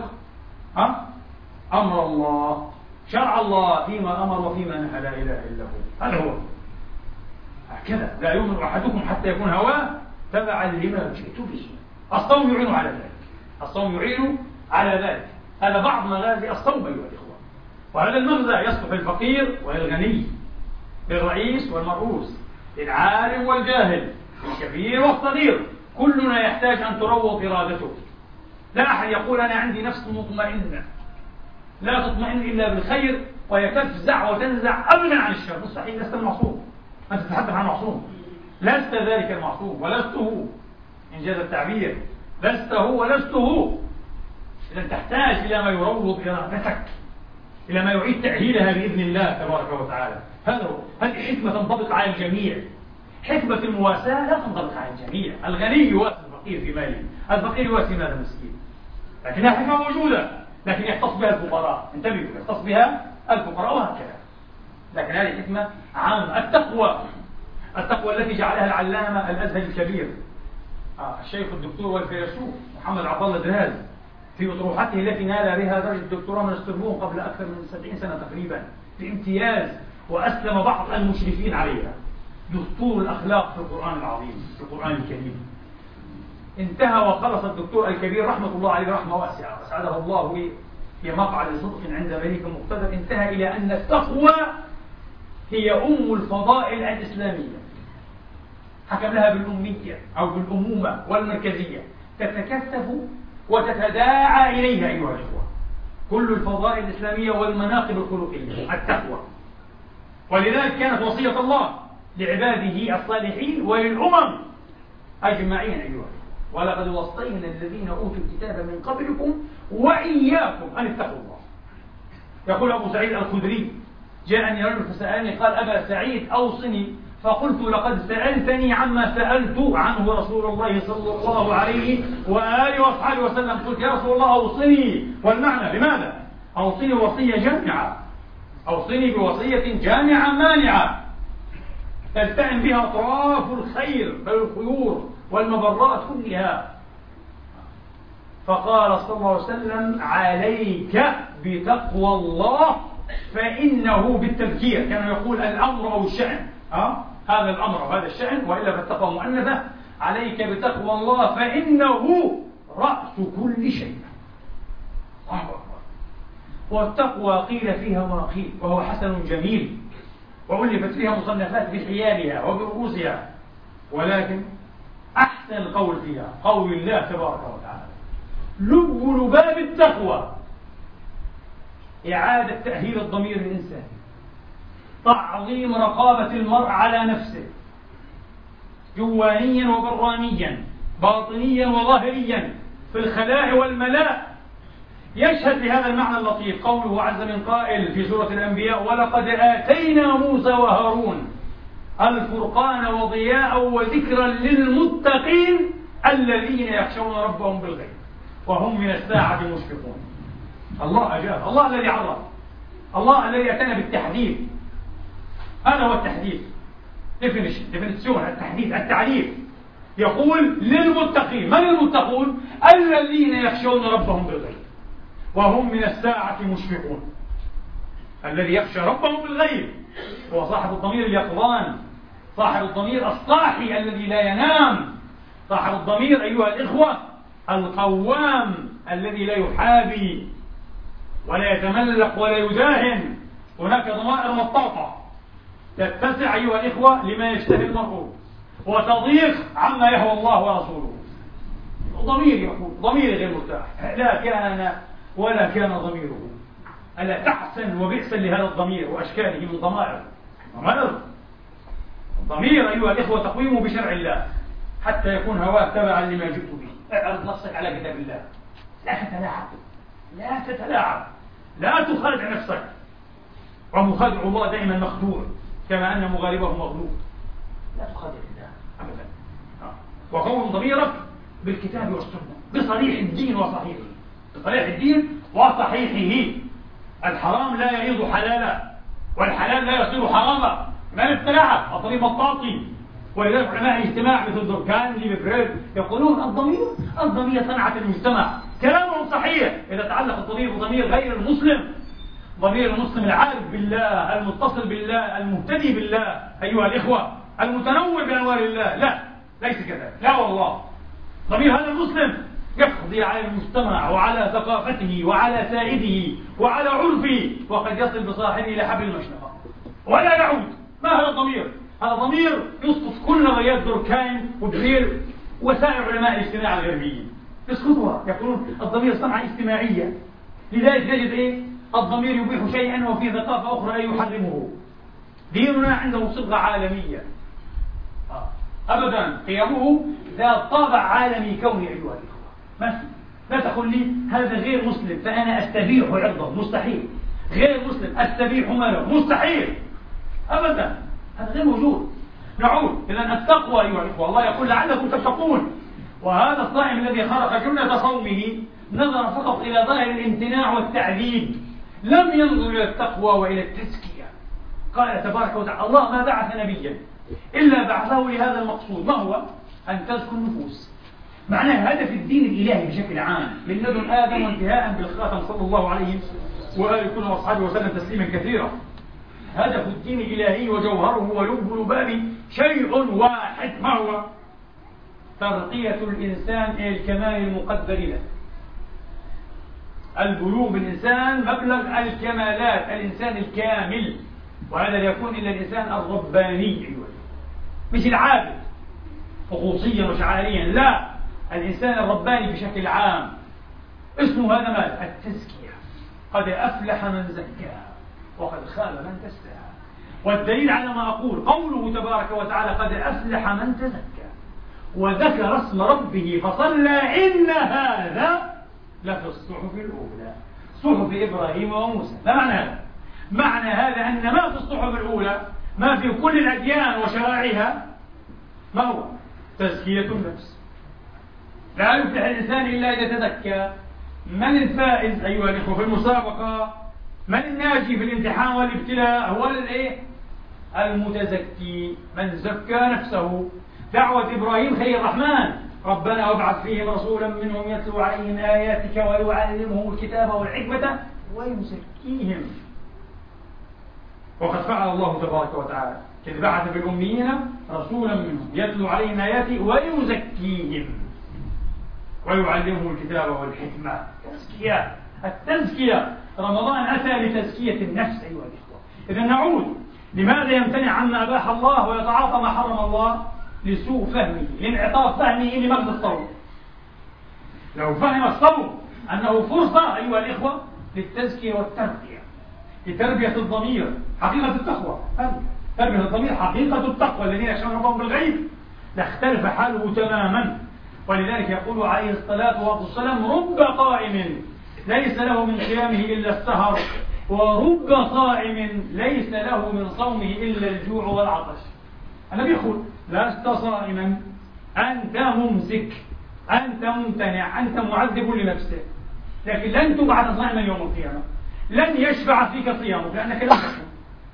أمر الله، شرع الله فيما أمر وفيما نهى، لا إله إلا هو. هذا هو. هكذا لا يؤمن أحدكم حتى يكون هواه تبعا لما جئت به. الصوم يعين على ذلك، الصوم يعين على ذلك. هذا بعض مغازي الصوم أيها الإخوة. وهذا المغزى يصلح للفقير وللغني، للرئيس والمرؤوس، للعالم والجاهل، للكبير والصغير. كلنا يحتاج أن تروض إرادته. لا أحد يقول أنا عندي نفس مطمئنة، لا تطمئن إلا بالخير، وهي تفزع وتنزع أبدا عن الشر. مستحيل، لست المعصوم. أنت تتحدث عن معصوم، لست ذلك المعصوم ولست هو، إن جاز التعبير، لست هو ولست هو. إذا تحتاج إلى ما يروض إرادتك، إلى ما يعيد تأهيلها بإذن الله تبارك وتعالى. هذا هو. هذه حكمة تنطبق على الجميع. حكمة المواساة لا تنطبق على الجميع. الغني يواسي الفقير في ماله، الفقير يواسي مال المسكين، لكنها حكمة موجودة، لكن يختص بها الفقراء. انتبهوا، يختص بها الفقراء وهكذا. لكن هذه حكمة عامة. التقوى التي جعلها العلامة الأزهري الكبير الشيخ الدكتور والفيلسوف محمد عبد الله دراز في أطروحته التي نال بها درجة الدكتوراه من السربون قبل أكثر من 70 سنة تقريبا بامتياز، وأسلم بعض المشرفين عليها. دستور الأخلاق في القرآن العظيم، في القرآن الكريم. انتهى وخلص الدكتور الكبير رحمة الله عليه رحمة واسعة أسعده الله في مقعد صدق عند مليك مقتدر، انتهى إلى أن التقوى هي أم الفضائل الإسلامية. حكم لها بالأمية أو بالأمومة والمركزية، تتكثف وتتداعى إليها أيها الإخوة كل الفضائل الإسلامية والمناقب الخلقية، التقوى. ولذلك كانت وصية الله لعباده الصالحين وللأمم أجمعين أيها الإخوة: ولقد وصينا الذين أوتوا الكتاب من قبلكم وإياكم أن اتقوا الله. يقول أبو سعيد الخدري: جاءني رجل فسألني قال: أبا سعيد أوصني. فقلت: لقد سألتني عما سألت عنه رسول الله صلى الله عليه وآله وأصحابه وسلم. قلت: يا رسول الله أوصني. والمعنى لماذا؟ أوصني وصية جامعة، أوصني بوصية جامعة مانعة تلتئم بها أطراف الخير بل الخيور والمبرات كلها. فقال صلى الله عليه وسلم: عليك بتقوى الله فإنه بالتذكير. كان يقول الأمر أو الشأن، هذا الأمر وهذا الشأن، وإلا فالتقوى مؤنثة. عليك بتقوى الله فإنه رأس كل شيء. الله أكبر. والتقوى قيل فيها ما قيل، وهو حسن جميل، وألفت فيها مصنفات بحيالها وبرؤوسها، ولكن أحسن القول فيها قول الله تبارك وتعالى: لب لباب التقوى إعادة تأهيل الضمير الإنساني، تعظيم رقابة المرء على نفسه جوانيا وبرانيا، باطنيا وظاهريا، في الخلاء والملاء. يشهد لهذا المعنى اللطيف قوله عز من قائل في سورة الأنبياء: ولقد آتينا موسى وهارون الفرقان وضياء وذكرا للمتقين الذين يخشون ربهم بالغيب وهم من الساعة مشفقون. الله أجاب، الله الذي عرف، الله الذي أتانا بالتحديد. هذا هو التحديد، definition، التحديد، التعريف. يقول للمتقين. من المتقون؟ الذين يخشون ربهم بالغيب وهم من الساعة مشفقون. الذي يخشى ربه بالغيب هو صاحب الضمير اليقظان، صاحب الضمير الصاحي الذي لا ينام، صاحب الضمير أيها الإخوة القوام الذي لا يحابي ولا يتملق ولا يداهن. هناك ضمائر مطاطة تتسع أيها الإخوة لما يشتهي المرء وتضيق عما يهوى الله ورسوله. ضمير يقول: ضميري غير مرتاح، لا كان ولا كان ضميره. ألا تحسن وبئسا لهذا الضمير وأشكاله من ضمائر. الضمير أيها الإخوة تقويمه بشرع الله حتى يكون هواه تبعا لما جئت به. اعرض نفسك على كتاب الله، لا تتلاعب، لا تتلاعب، لا تخادع نفسك. ومخادع الله دائما مخدوع كما أن مغالبه مغلوب. لا تخادع الله أبدا. وقوم ضميرك بالكتاب والسنة بصريح الدين وصحيحه، بصريح الدين وصحيحه. الحرام لا يريد حلالا والحلال لا يصير حراما. من التلاعب الضمير مطاطي. ولذلك علماء الاجتماع مثل دوركهايم ليبريل يقولون الضمير صنعة المجتمع. كلامهم صحيح إذا تعلق الضمير بضمير غير المسلم، ضمير المسلم العارف بالله المتصل بالله المهتدي بالله أيها الإخوة المتنور بأنوار الله. لا، ليس كذلك، لا والله. ضمير هذا المسلم يقضي على المجتمع وعلى ثقافته وعلى سائده وعلى عرفه، وقد يصل بصاحبه إلى حبل المشنقة ولا يعود. ما هذا الضمير؟ هذا ضمير يسقط كل نظريات دوركايم وبرير وسائر علماء الاجتماع الغربيين، يسقطها، يقولون الضمير صنعة اجتماعية. لذلك نجد الضمير يبيح شيئا وفي ثقافة أخرى يحرمه. ديننا عنده صبغة عالمية أبدا، قيمه ذات طابع عالمي كوني أيها الإخوة. ما في، لا تقول لي هذا غير مسلم فأنا أستبيح عرضه، مستحيل. غير مسلم أستبيح ماله، مستحيل أبدا، هذا غير موجود. نعود إذن التقوى أيها الإخوة، الله يقول لعلكم تتقون. وهذا الصائم الذي خرق جملة صومه نظر فقط إلى ظاهر الامتناع والتعذيب، لم ينظر إلى التقوى وإلى التزكية. قال تبارك وتعالى: الله ما بعث نبيا إلا بعثه لهذا المقصود، ما هو؟ أن تزكو النفوس. معناه هدف الدين الإلهي بشكل عام من لدن آدم وانتهاء بالخاتم صلى الله عليه وآله كل وأصحابه وسلم تسليما كثيرا. هدف الدين الإلهي وجوهره ولب لبابه شيء واحد، ما هو؟ ترقية الإنسان إلى الكمال المقدر له، البلوغ بالإنسان مبلغ الكمالات، الإنسان الكامل. وهذا لا يكون إلا الإنسان الرباني، مش العابد خصوصيا وشعاريا، لا، الإنسان الرباني بشكل عام. اسمه هذا ماذا؟ التزكية. قد أفلح من زكاها وقد خاب من دساها. والدليل على ما أقول قوله تبارك وتعالى: قد أفلح من تزكى وذكر اسم ربه فصلى إن هذا لفي الصحف الأولى، صحف إبراهيم وموسى. ما معنى هذا؟ معنى هذا أن ما في الصحف الأولى، ما في كل الأديان وشرائعها، ما هو؟ تزكية النفس. لا يفلح الإنسان إلا إذا تزكى. من الفائز أيها الإخوة في المسابقة؟ من الناجي في الامتحان والابتلاء؟ هو المتزكي، من زكى نفسه. دعوة إبراهيم خير الرحمن: ربنا وابعث فيهم رسولا منهم يتلو عليهم آياتك ويعلمهم الكتاب والحكمة ويزكيهم. وقد فعل الله تبارك وتعالى إذ بعث بالأميين رسولا منهم يتلو عليهم آياته ويزكيهم ويعلمهم الكتاب والحكمة. تزكية، التزكية. رمضان أتى لتزكية النفس أيها الإخوة. إذا نعود، لماذا يمتنع عما أباح الله ويتعاطى ما حرم الله؟ لسوء فهمه، لانعطاف فهمه لمغزى الصوم. لو فهم الصوم أنه فرصة أيها الإخوة للتزكية والتربية، لتربية الضمير، حقيقة التقوى، تربية الضمير حقيقة التقوى، الذين يخشون ربهم بالغيب، لاختلف حاله تماما. ولذلك يقول عليه الصلاة والسلام: رب قائم ليس له من قيامه إلا السهر، ورب صائم ليس له من صومه إلا الجوع والعطش. النبي يقول: لست صائما، أنت ممسك، أنت ممتنع، أنت معذب لنفسك، لكن لن تبعث صائما يوم القيامة، لن يشفع فيك صيامك لأنك لم تكن.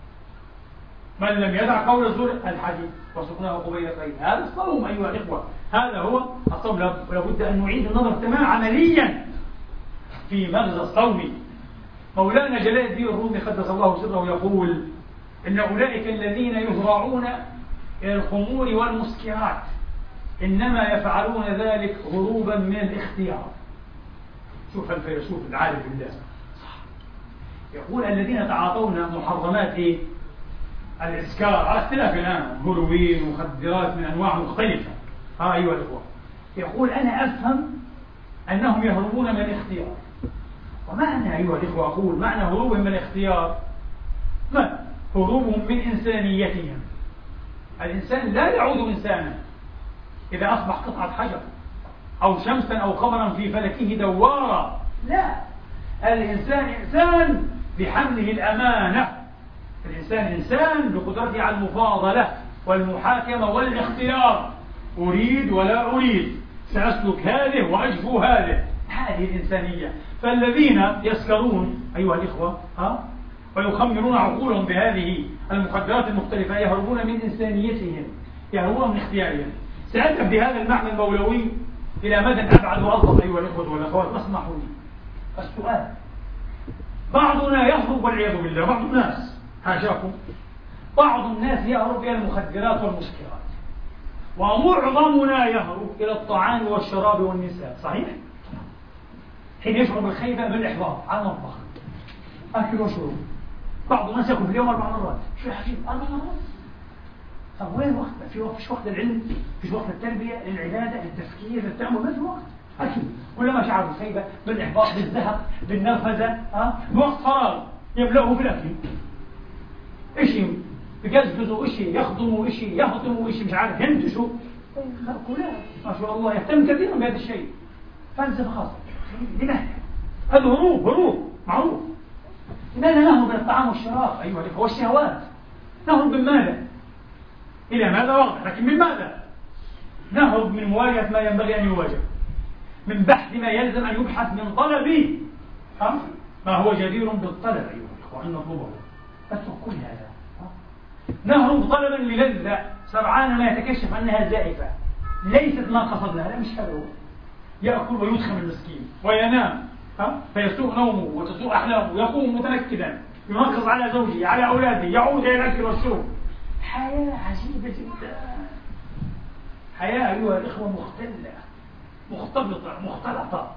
من لم يدع قول الزور الحديث وسقناه قبيل قيد. هذا الصوم أيها الإخوة، هذا هو الصوم. لابد أن نعيد النظر تماما عمليا في مغزى الصوم. مولانا جلال الدين الرومي قدس الله سره يقول: إن أولئك الذين يهرعون إلى الخمور والمسكرات إنما يفعلون ذلك هروبا من الاختيار. شوف الفيلسوف العارف بالله يقول: الذين تعاطون محرمات الإسكار على اختلاف الآن، هيروين، مخدرات من أنواع مختلفة، أيها الأخوة، يقول: أنا أفهم أنهم يهربون من الاختيار. ومعنى أيها الإخوة أقول معنى هروبهم من الاختيار، ما هروبهم من إنسانيتهم. الإنسان لا يعود إنسانا إذا أصبح قطعة حجر أو شمسا أو قمرا في فلكه دوارا، لا، الإنسان إنسان بحمله الأمانة. الإنسان إنسان بقدرته على المفاضلة والمحاكمة والاختيار، أريد ولا أريد، سأسلك هذه وأجفو هذه، هذه الإنسانية. فالذين يسكرون أيها الإخوة ويخمرون عقولهم بهذه المخدرات المختلفة يهربون من إنسانيتهم، يهربون من اختيارهم. سأذهب بهذا المعنى المولوي إلى مدى أبعد وألطف أيها الإخوة والأخوات. اسمحوا لي السؤال: بعضنا يهرب والعياذ بالله، بعض الناس حاشاكم، بعض الناس يهرب إلى المخدرات والمسكرات، ومعظمنا يهرب إلى الطعام والشراب والنساء، صحيح؟ حين يشعر بالخيبة بالإحباط على المطبخ، أكل وشرب. بعض الناس يأكل في اليوم 4 مرات. شو يا حبيبي 4 مرات؟ طب وين وقت؟ فيش وقت للعلم، فيش وقت للتربية، للعبادة، للتفكير، للتأمل، ما في وقت. أكيد كلما شعر بالخيبة بالإحباط بالزهق بالنرفزة بوقت فراغ يملأه بالأكل. إشي بقزقزوا، إشي يخضموا، إشي يهضموا، إشي مش عارف ينتشوا. مأكولات ما شاء الله، يهتم كثيرا بهذا الشيء. فلسفة خاصة. لماذا؟ هذا هروب معروف. لماذا نهرب من الطعام والشراب أيها الأخوة والشهوات؟ نهرب من ماذا؟ إلى ماذا واضح، لكن من ماذا؟ نهرب من مواجهة ما ينبغي أن يواجه، من بحث ما يلزم أن يبحث، من طلب ما هو جدير بالطلب أيها الأخوة أن نطلبه. أترك كل هذا. نهرب طلبا للذة سرعان ما يتكشف أنها زائفة ليست ما قصدنا. لا، مش هذا هو. يأكل ويدخن المسكين وينام فيسوء نومه وتسوء أحلامه، يقوم متنكدا ينقص على زوجه على أولاده، يعود إلى الأكل والشرب. حياة عجيبة جدا، حياة أيها الإخوة مختلة مختلطة مختلطة.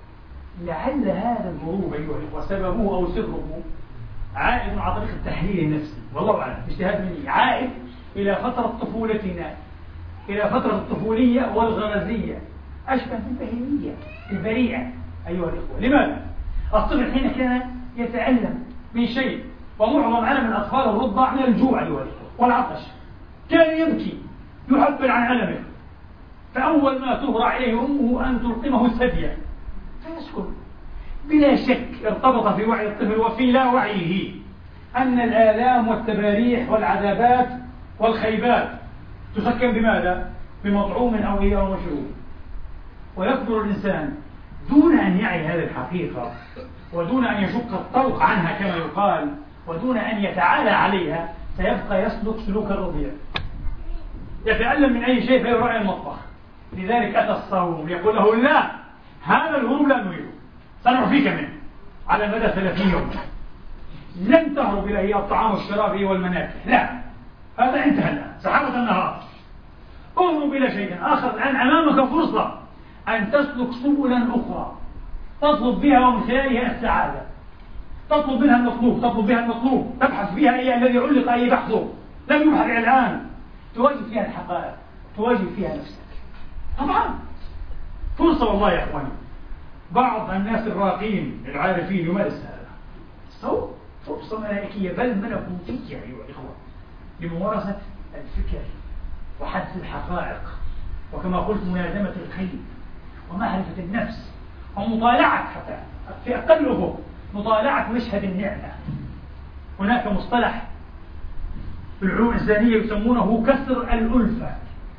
لعل هذا الهروب أيها الإخوة سببه أو سره عائد على طريق التحليل النفسي، والله أعلم، اجتهاد مني، عائد إلى فترة طفولتنا، إلى فترة الطفولية والغرزية، أشبه بالبهيمية البريئة أيها الإخوة. لماذا؟ الطفل حين كان يتألم من شيء، ومعظم ألم الأطفال الرضع من الجوع أيها الإخوة والعطش، كان يبكي يعبر عن ألمه، فأول ما تهرع إليه أمه أن تلقمه الثدي فيسكت. بلا شك ارتبط في وعي الطفل وفي لا وعيه أن الآلام والتباريح والعذابات والخيبات تسكن بماذا؟ بمطعوم أو إياه مشروب. ويكبر الإنسان دون أن يعي هذه الحقيقة، ودون أن يشق الطوق عنها كما يقال، ودون أن يتعالى عليها، سيبقى يسلك سلوك الرضيع، يتألم من أي شيء فيراعي المطبخ. لذلك أتى الصوم يقول له لا، هذا الهروب لا نريده، سنعفيك منه على مدى 30 يوم، لن تهرب إليه الطعام والشراب والمناكح، لا، هذا انتهى الآن، سحبت النهار، اهرب إلى شيء آخر. الآن أمامك فرصة أن تسلك سبلا أخرى تطلب بها ومن خلالها السعادة، تطلب منها المطلوب، تطلب بها المطلوب، تبحث بها أي الذي علق أي بحثه لم يبحث الآن، تواجه فيها الحقائق، تواجه فيها نفسك. طبعا فرصة والله يا أخواني. بعض الناس الراقين العارفين يمارس هذا الصوت، فرصة ملائكية بل ملكوتية أيها الإخوة لممارسة الفكر وحدث الحقائق، وكما قلت منادمة القلب ومعرفة النفس ومطالعة، حتى في أقل أفق مطالعة مشهد النعمة. هناك مصطلح في العلوم الإنسانية يسمونه كسر الألفة.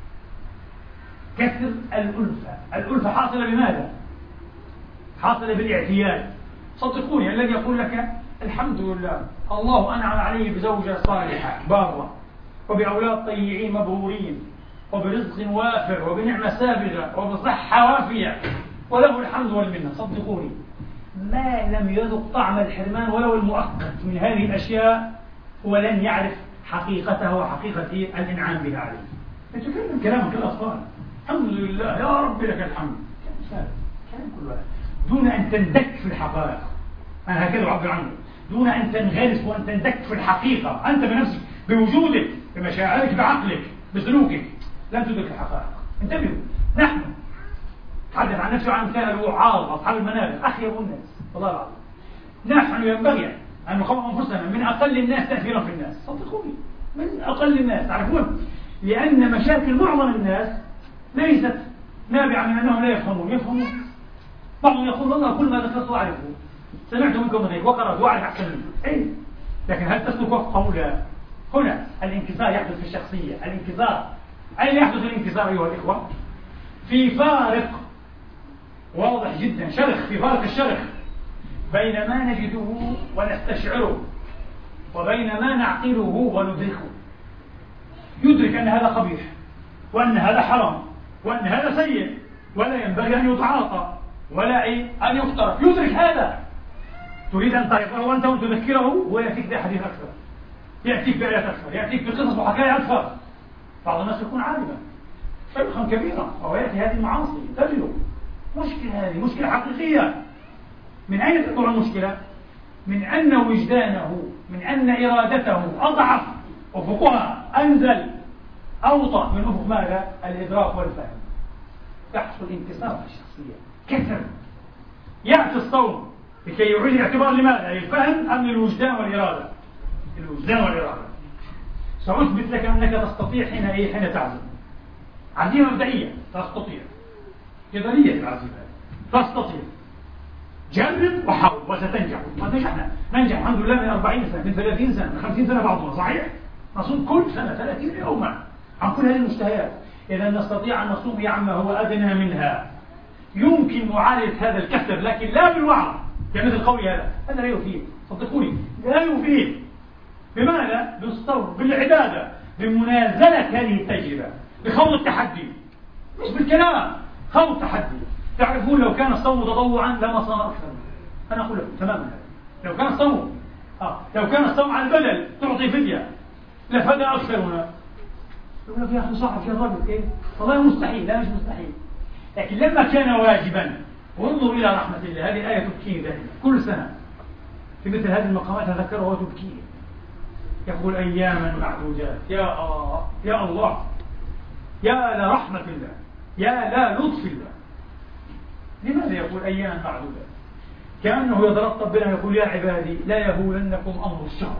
كسر الألفة، الألفة حاصلة بماذا؟ حاصلة بالاعتياد. صدقوني الذي يقول لك الحمد لله الله أنعم علي بزوجة صالحة بارة وبأولاد طيعين مبرورين وبرزق وافر وبنعمة سابغة وبصحة وافية وله الحمد والمنة، صدقوني ما لم يذق طعم الحرمان ولو المؤقت من هذه الأشياء ولن يعرف حقيقتها وحقيقة الإنعام بها عليه. يتكلم كلام كالأطفال، الحمد لله يا رب لك الحمد، كلام كل هذا دون أن تندك في الحقائق. أنا هكذا أعبر عنه، دون أن تنغرس وأن تندك في الحقيقة. أنت بنفسك بوجودك بمشاعرك بعقلك بسلوكك لم تدرك الحقائق. انتبهوا، نحن تحدث عن نفسه عن مثال الوعاظ أصحاب المنابر أخيب الناس والله العظيم. نحن ينبغي أن نقوم أنفسنا من أقل الناس تأثيرا في الناس، صدقوني من أقل الناس. تعرفون لأن مشاكل معظم الناس ليست نابعة من أنهم لا يفهمون، يفهمون. بعضهم يقول والله كل ما ذكرت أعرفه، سمعت منكم غير وقرأت وأعرف أحسن منه، أي لكن هل تسلك وفقه؟ لا. هنا الانكسار يحدث في الشخصية. الانكسار أين يحدث الانكسار أيها الإخوة؟ في فارق واضح جدا، شرخ، في فارق الشرخ بين ما نجده ونستشعره وبين ما نعقله وندركه. يدرك أن هذا قبيح وأن هذا حرام وأن هذا سيء ولا ينبغي أن يتعاطى ولا أن يفترق، يدرك هذا. تريد أن تعرفه وأنت تذكره ويأتيك بأحاديث أكثر، يأتيك بآيات أكثر، يأتيك بقصص وحكاية أكثر. بعض الناس يكون عالما شيخا كبيرا وهو يأتي هذه المعاصي. انتبهوا، مشكلة، هذه مشكلة حقيقية. من أين تطلع المشكلة؟ من أن وجدانه، من أن إرادته أضعف، أفقها أنزل، أوطى من أفق ماذا؟ الإدراك والفهم. يحصل انكسار في الشخصية، كسر. يأتي الصوم لكي يعيد الاعتبار لماذا؟ للفهم أم للوجدان والإرادة؟ الوجدان والإرادة. سأثبت لك أنك تستطيع حين تعزم. عزيمة مبدئية، تستطيع. جدلية العزيمة، تستطيع. جرب وحاول وستنجح. ونجحنا، ننجح الحمد لله من 40 سنة، من 30 سنة، من 50 سنة بعضنا، صحيح؟ نصوم كل سنة 30 يوما عن كل هذه المشتهيات. إذا نستطيع أن نصوم عما هو أدنى منها. يمكن معالجة هذا الكسر، لكن لا بالوعظ كمثل قولي هذا لا يفيد. صدقوني لا يفيد. بماذا؟ بالصوم، بالعبادة، بمنازلة هذه التجربة، بخوض التحدي، مش بالكلام، خوض التحدي. تعرفون لو كان الصوم تطوعا لما صام أكثر. أنا أقول لكم تماما، لو كان الصوم على البدل تعطي فدية لفدى أكثرنا. يقول لك يا أخي صعب يا رجل، إيه؟ والله مستحيل. لا، مش مستحيل، لكن لما كان واجبا. وانظروا إلى رحمة الله، هذه الآية تبكيني دائما كل سنة في مثل هذه المقامات، أذكرها وتبكيني. يقول أياما معدودات. يا الله، يا لرحمة الله، يا لا لطف الله. لماذا يقول أياما معدودات؟ كأنه يترطب بنا، يقول يا عبادي لا يهولنكم أمر الشهر.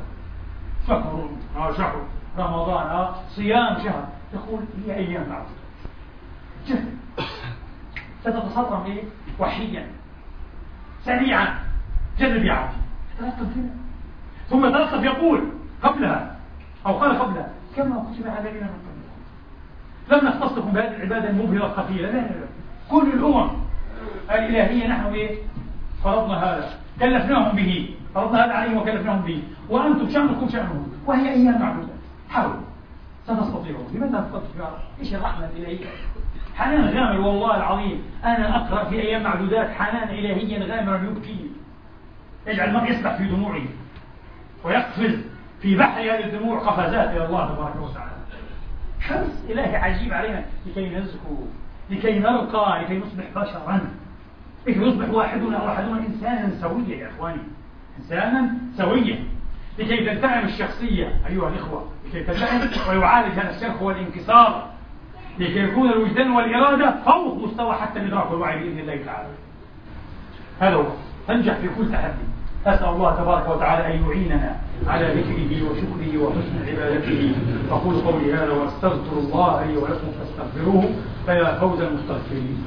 شهر رمضان، صيام شهر. يقول هي أيام معدودات. جهل. ستتصرف وحيا سريعا. جرب يا عبدي، ترتب فينا. ثم ترتب يقول قبلها، أو قال قبلها كما كتب على الذين من قبلكم. لم نختصكم بهذه العبادة المبهرة الخفية. لا، كل الأمم الإلهية نحن فرضنا هذا، كلفناهم به، فرضنا هذا عليهم وكلفناهم به، وأنتم شأنكم شأنهم، وهي أيام معدودة. حاولوا، ستستطيعون. لماذا تفكر؟ إيش الرحمة الإلهية؟ حنان غامر، والله العظيم أنا أقرأ في أيام معدودات حنان إلهيا غامرا يبكي، يجعل المرء يسبح في دموعه ويقفز في بحر هذه الدموع قفزات إلى الله تبارك وتعالى. حرص إلهي عجيب علينا لكي نزكو، لكي نرقى، لكي نصبح بشرا، لكي يصبح واحدنا إنسانا سويا يا إخواني، إنسانا سويا، لكي تلتئم الشخصية أيها الإخوة، لكي تلتئم ويعالج هذا الشرخ والانكسار، لكي يكون الوجدان والإرادة فوق مستوى حتى الإدراك والوعي بإذن الله تعالى. هذا هو، تنجح في كل تحدي. أسأل الله تبارك وتعالى أن يعيننا على ذكره وشكره وحسن عبادته. أقول قولي هذا وأستغفر الله لي ولكم فاستغفروه، فيا فوز المستغفرين.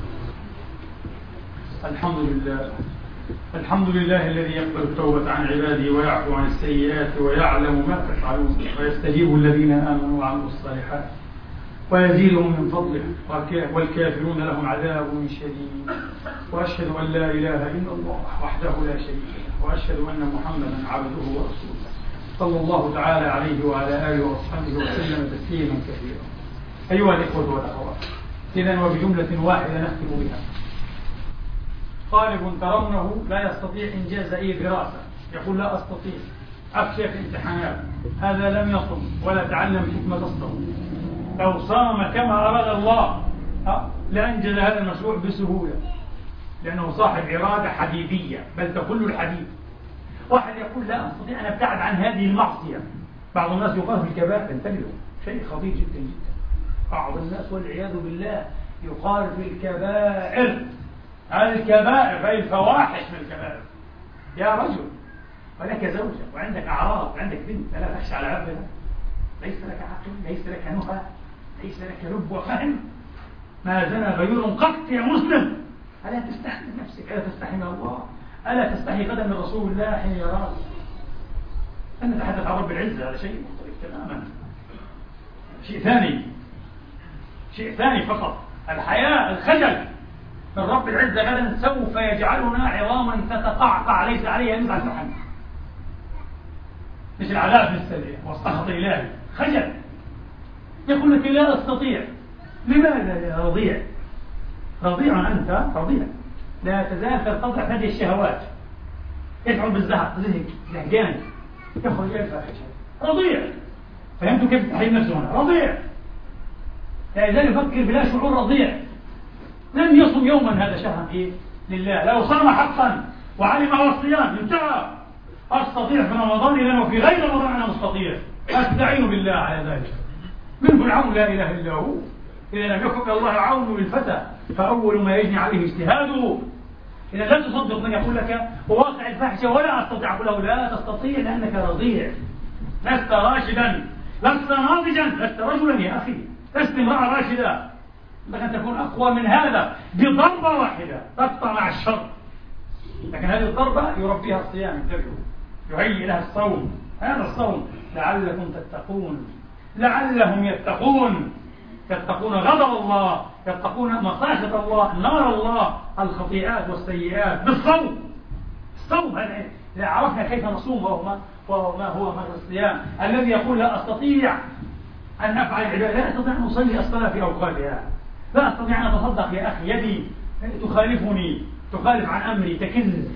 الحمد لله الذي يقبل التوبة عن عباده ويعفو عن السيئات ويعلم ما تفعلون، ويستجيب الذين آمنوا وعملوا الصالحات ويزيدهم من فضله، والكافرون لهم عذاب شديد. وأشهد أن لا إله إلا الله وحده لا شريك له، وأشهد أن محمدا عبده ورسوله صلى الله تعالى عليه وعلى آله وأصحابه وسلم تسليما كثيرا. أيها الإخوة والأخوات، إذن وبجملة واحدة نختم بها. طالب ترونه لا يستطيع إنجاز أي دراسة، يقول لا أستطيع، أفشل في امتحانات، هذا لم يصم ولا تعلم حكمة الصوم. لو صام كما أراد الله لأنجز هذا المشروع بسهولة، لأنه صاحب إرادة حديدية بل تقل الحديد. واحد يقول لا أستطيع أن أبتعد عن هذه المعصية. بعض الناس يقال في الكبائر، انتبهوا، شيء خطير جدا جدا. بعض الناس والعياذ بالله يقال في الكبائر، الكبائر أي الفواحش من الكبائر. يا رجل ولك زوجة وعندك أعراض وعندك بنت، ألا تخشى على ربنا؟ ليس لك عقل، ليس لك نهى، ليس لك لب وفهم. ما زنى غيور قط يا مسلم. ألا تستحي من نفسك؟ ألا تستحي من الله؟ ألا تستحي غدا من رسول الله حين يراك؟ أن نتحدث عن رب العزة، هذا شيء مختلف تماما، شيء ثاني فقط. الحياء، الخجل من رب العزة غدا سوف يجعلنا عظاما تتقعقع ليس عليها نزعة لحم، مش العذاب للسريع والسخط الإلهي. خجل، يقول لك لا أستطيع. لماذا يا رضيع؟ رضيع أنت، رضيع، لا تزال ترتضع هذه الشهوات، يشعر بالزهق، زهقان، يخرج إلى الفاحشة. رضيع. فهمتوا كيف تحيي نفسه هنا؟ رضيع. لا يزال يفكر بلا شعور رضيع. لم يصم يوما هذا شهرا إيه؟ لله. لو صام حقا وعلم هو الصيام انتهى. أستطيع في رمضان لأنه في غير رمضان أنا مستطيع. أستعين بالله على ذلك. منه العون لا إله إلا هو. إذا لم يكن الله عون للفتى فأول ما يجني عليه اجتهاده. إذا لا تصدق من يقول لك وواقع الفاحشة ولا أستطيع، أقول له لا تستطيع لأنك رضيع. لست راشدا، لست ناضجا، لست رجلا يا أخي، لست امرأة راشدة. لك أن تكون أقوى من هذا بضربة واحدة تقطع مع الشر. لكن هذه الضربة يربيها الصيام، انتبهوا، يهيئ لها الصوم. هذا الصوم لعلكم تتقون، لعلهم يتقون غضب الله، يتقون مخافة الله، نار الله، الخطيئات والسيئات بالصوم. الصوم هذا إذا عرفنا كيف نصوم وهو ما هو مر الصيام الذي يقول لا أستطيع أن أفعل العبادة، لا أستطيع أن أصلي الصلاة في أوقاتها، لا أستطيع أن أتصدق يا أخي، يدي تخالفني، تخالف عن أمري، تكز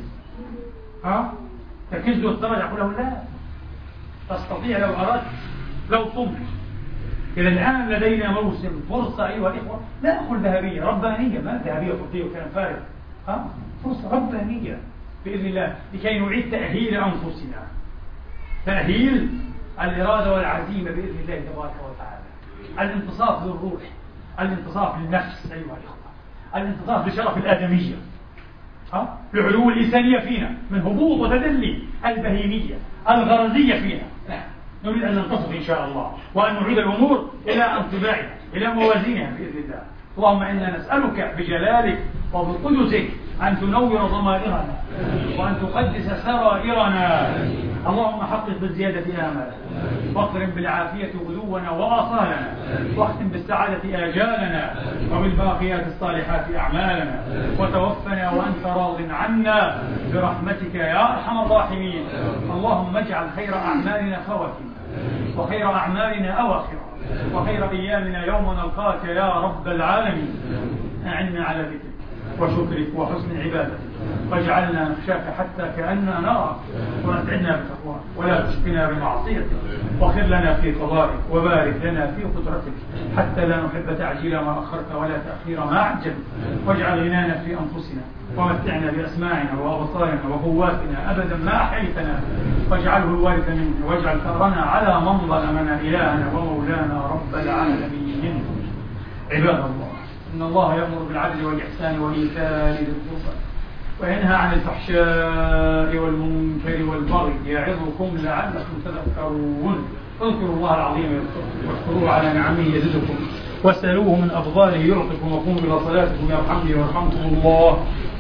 تكز والتراجع. أقول له لا تستطيع لو أردت، لو صمت. إذا الآن لدينا موسم، فرصة أيها الإخوة، لا أقول ذهبية، ربانية، ما ذهبية فردية وكلام فارغ، فرصة ربانية بإذن الله لكي نعيد تأهيل أنفسنا، تأهيل الإرادة والعزيمة بإذن الله تبارك وتعالى، الانتصاف للروح، الانتصاف للنفس أيها الإخوة، الانتصاف لشرف الآدمية، لعلو الإنسانية فينا من هبوط وتدلي البهيمية الغرزية فينا. نريد أن ننتصف إن شاء الله وأن نعيد الأمور إلى انطباعها، إلى موازينها بإذن الله. اللهم إنا نسألك بجلالك وبقدسك أن تنور ضمائرنا وأن تقدس سرائرنا. اللهم حقق بالزيادة آمالنا، واقرن بالعافية غدونا وآصالنا، واختم بالسعادة آجالنا، وبالباقيات الصالحات أعمالنا، وتوفنا وأنت راض عنا برحمتك يا أرحم الراحمين. اللهم اجعل خير أعمالنا خواتيم، وخير أعمالنا أواخرا، وخير أيامنا يوم نلقاك يا رب العالمين. أعنا على ذكرك وشكرك وحسن عبادتك، واجعلنا نخشاك حتى كأننا نراك، وأسعدنا بتقواك ولا تشقنا بمعصيتك، واخر لنا في قضائك، وبارك لنا في قدرتك، حتى لا نحب تعجيل ما أخرت ولا تأخير ما عجلت، واجعل غنانا في أنفسنا، ومتعنا بأسماعنا وأبصارنا وقواتنا أبدا ما أحييتنا، واجعله الوارث منا، واجعل ثأرنا على من ظلمنا، إلهنا ومولانا رب العالمين. عباد الله، إن الله يأمر بالعدل والإحسان وإيتاء ذي القربى وينهى عن الفحشاء والمنكر والبغي يعظكم لعلكم تذكرون. اذكروا الله العظيم يذكركم، واشكروه على نعمه يزدكم، واسألوه من أفضاله يعطكم، وقوموا إلى صلاتكم يرحمني ويرحمكم الله.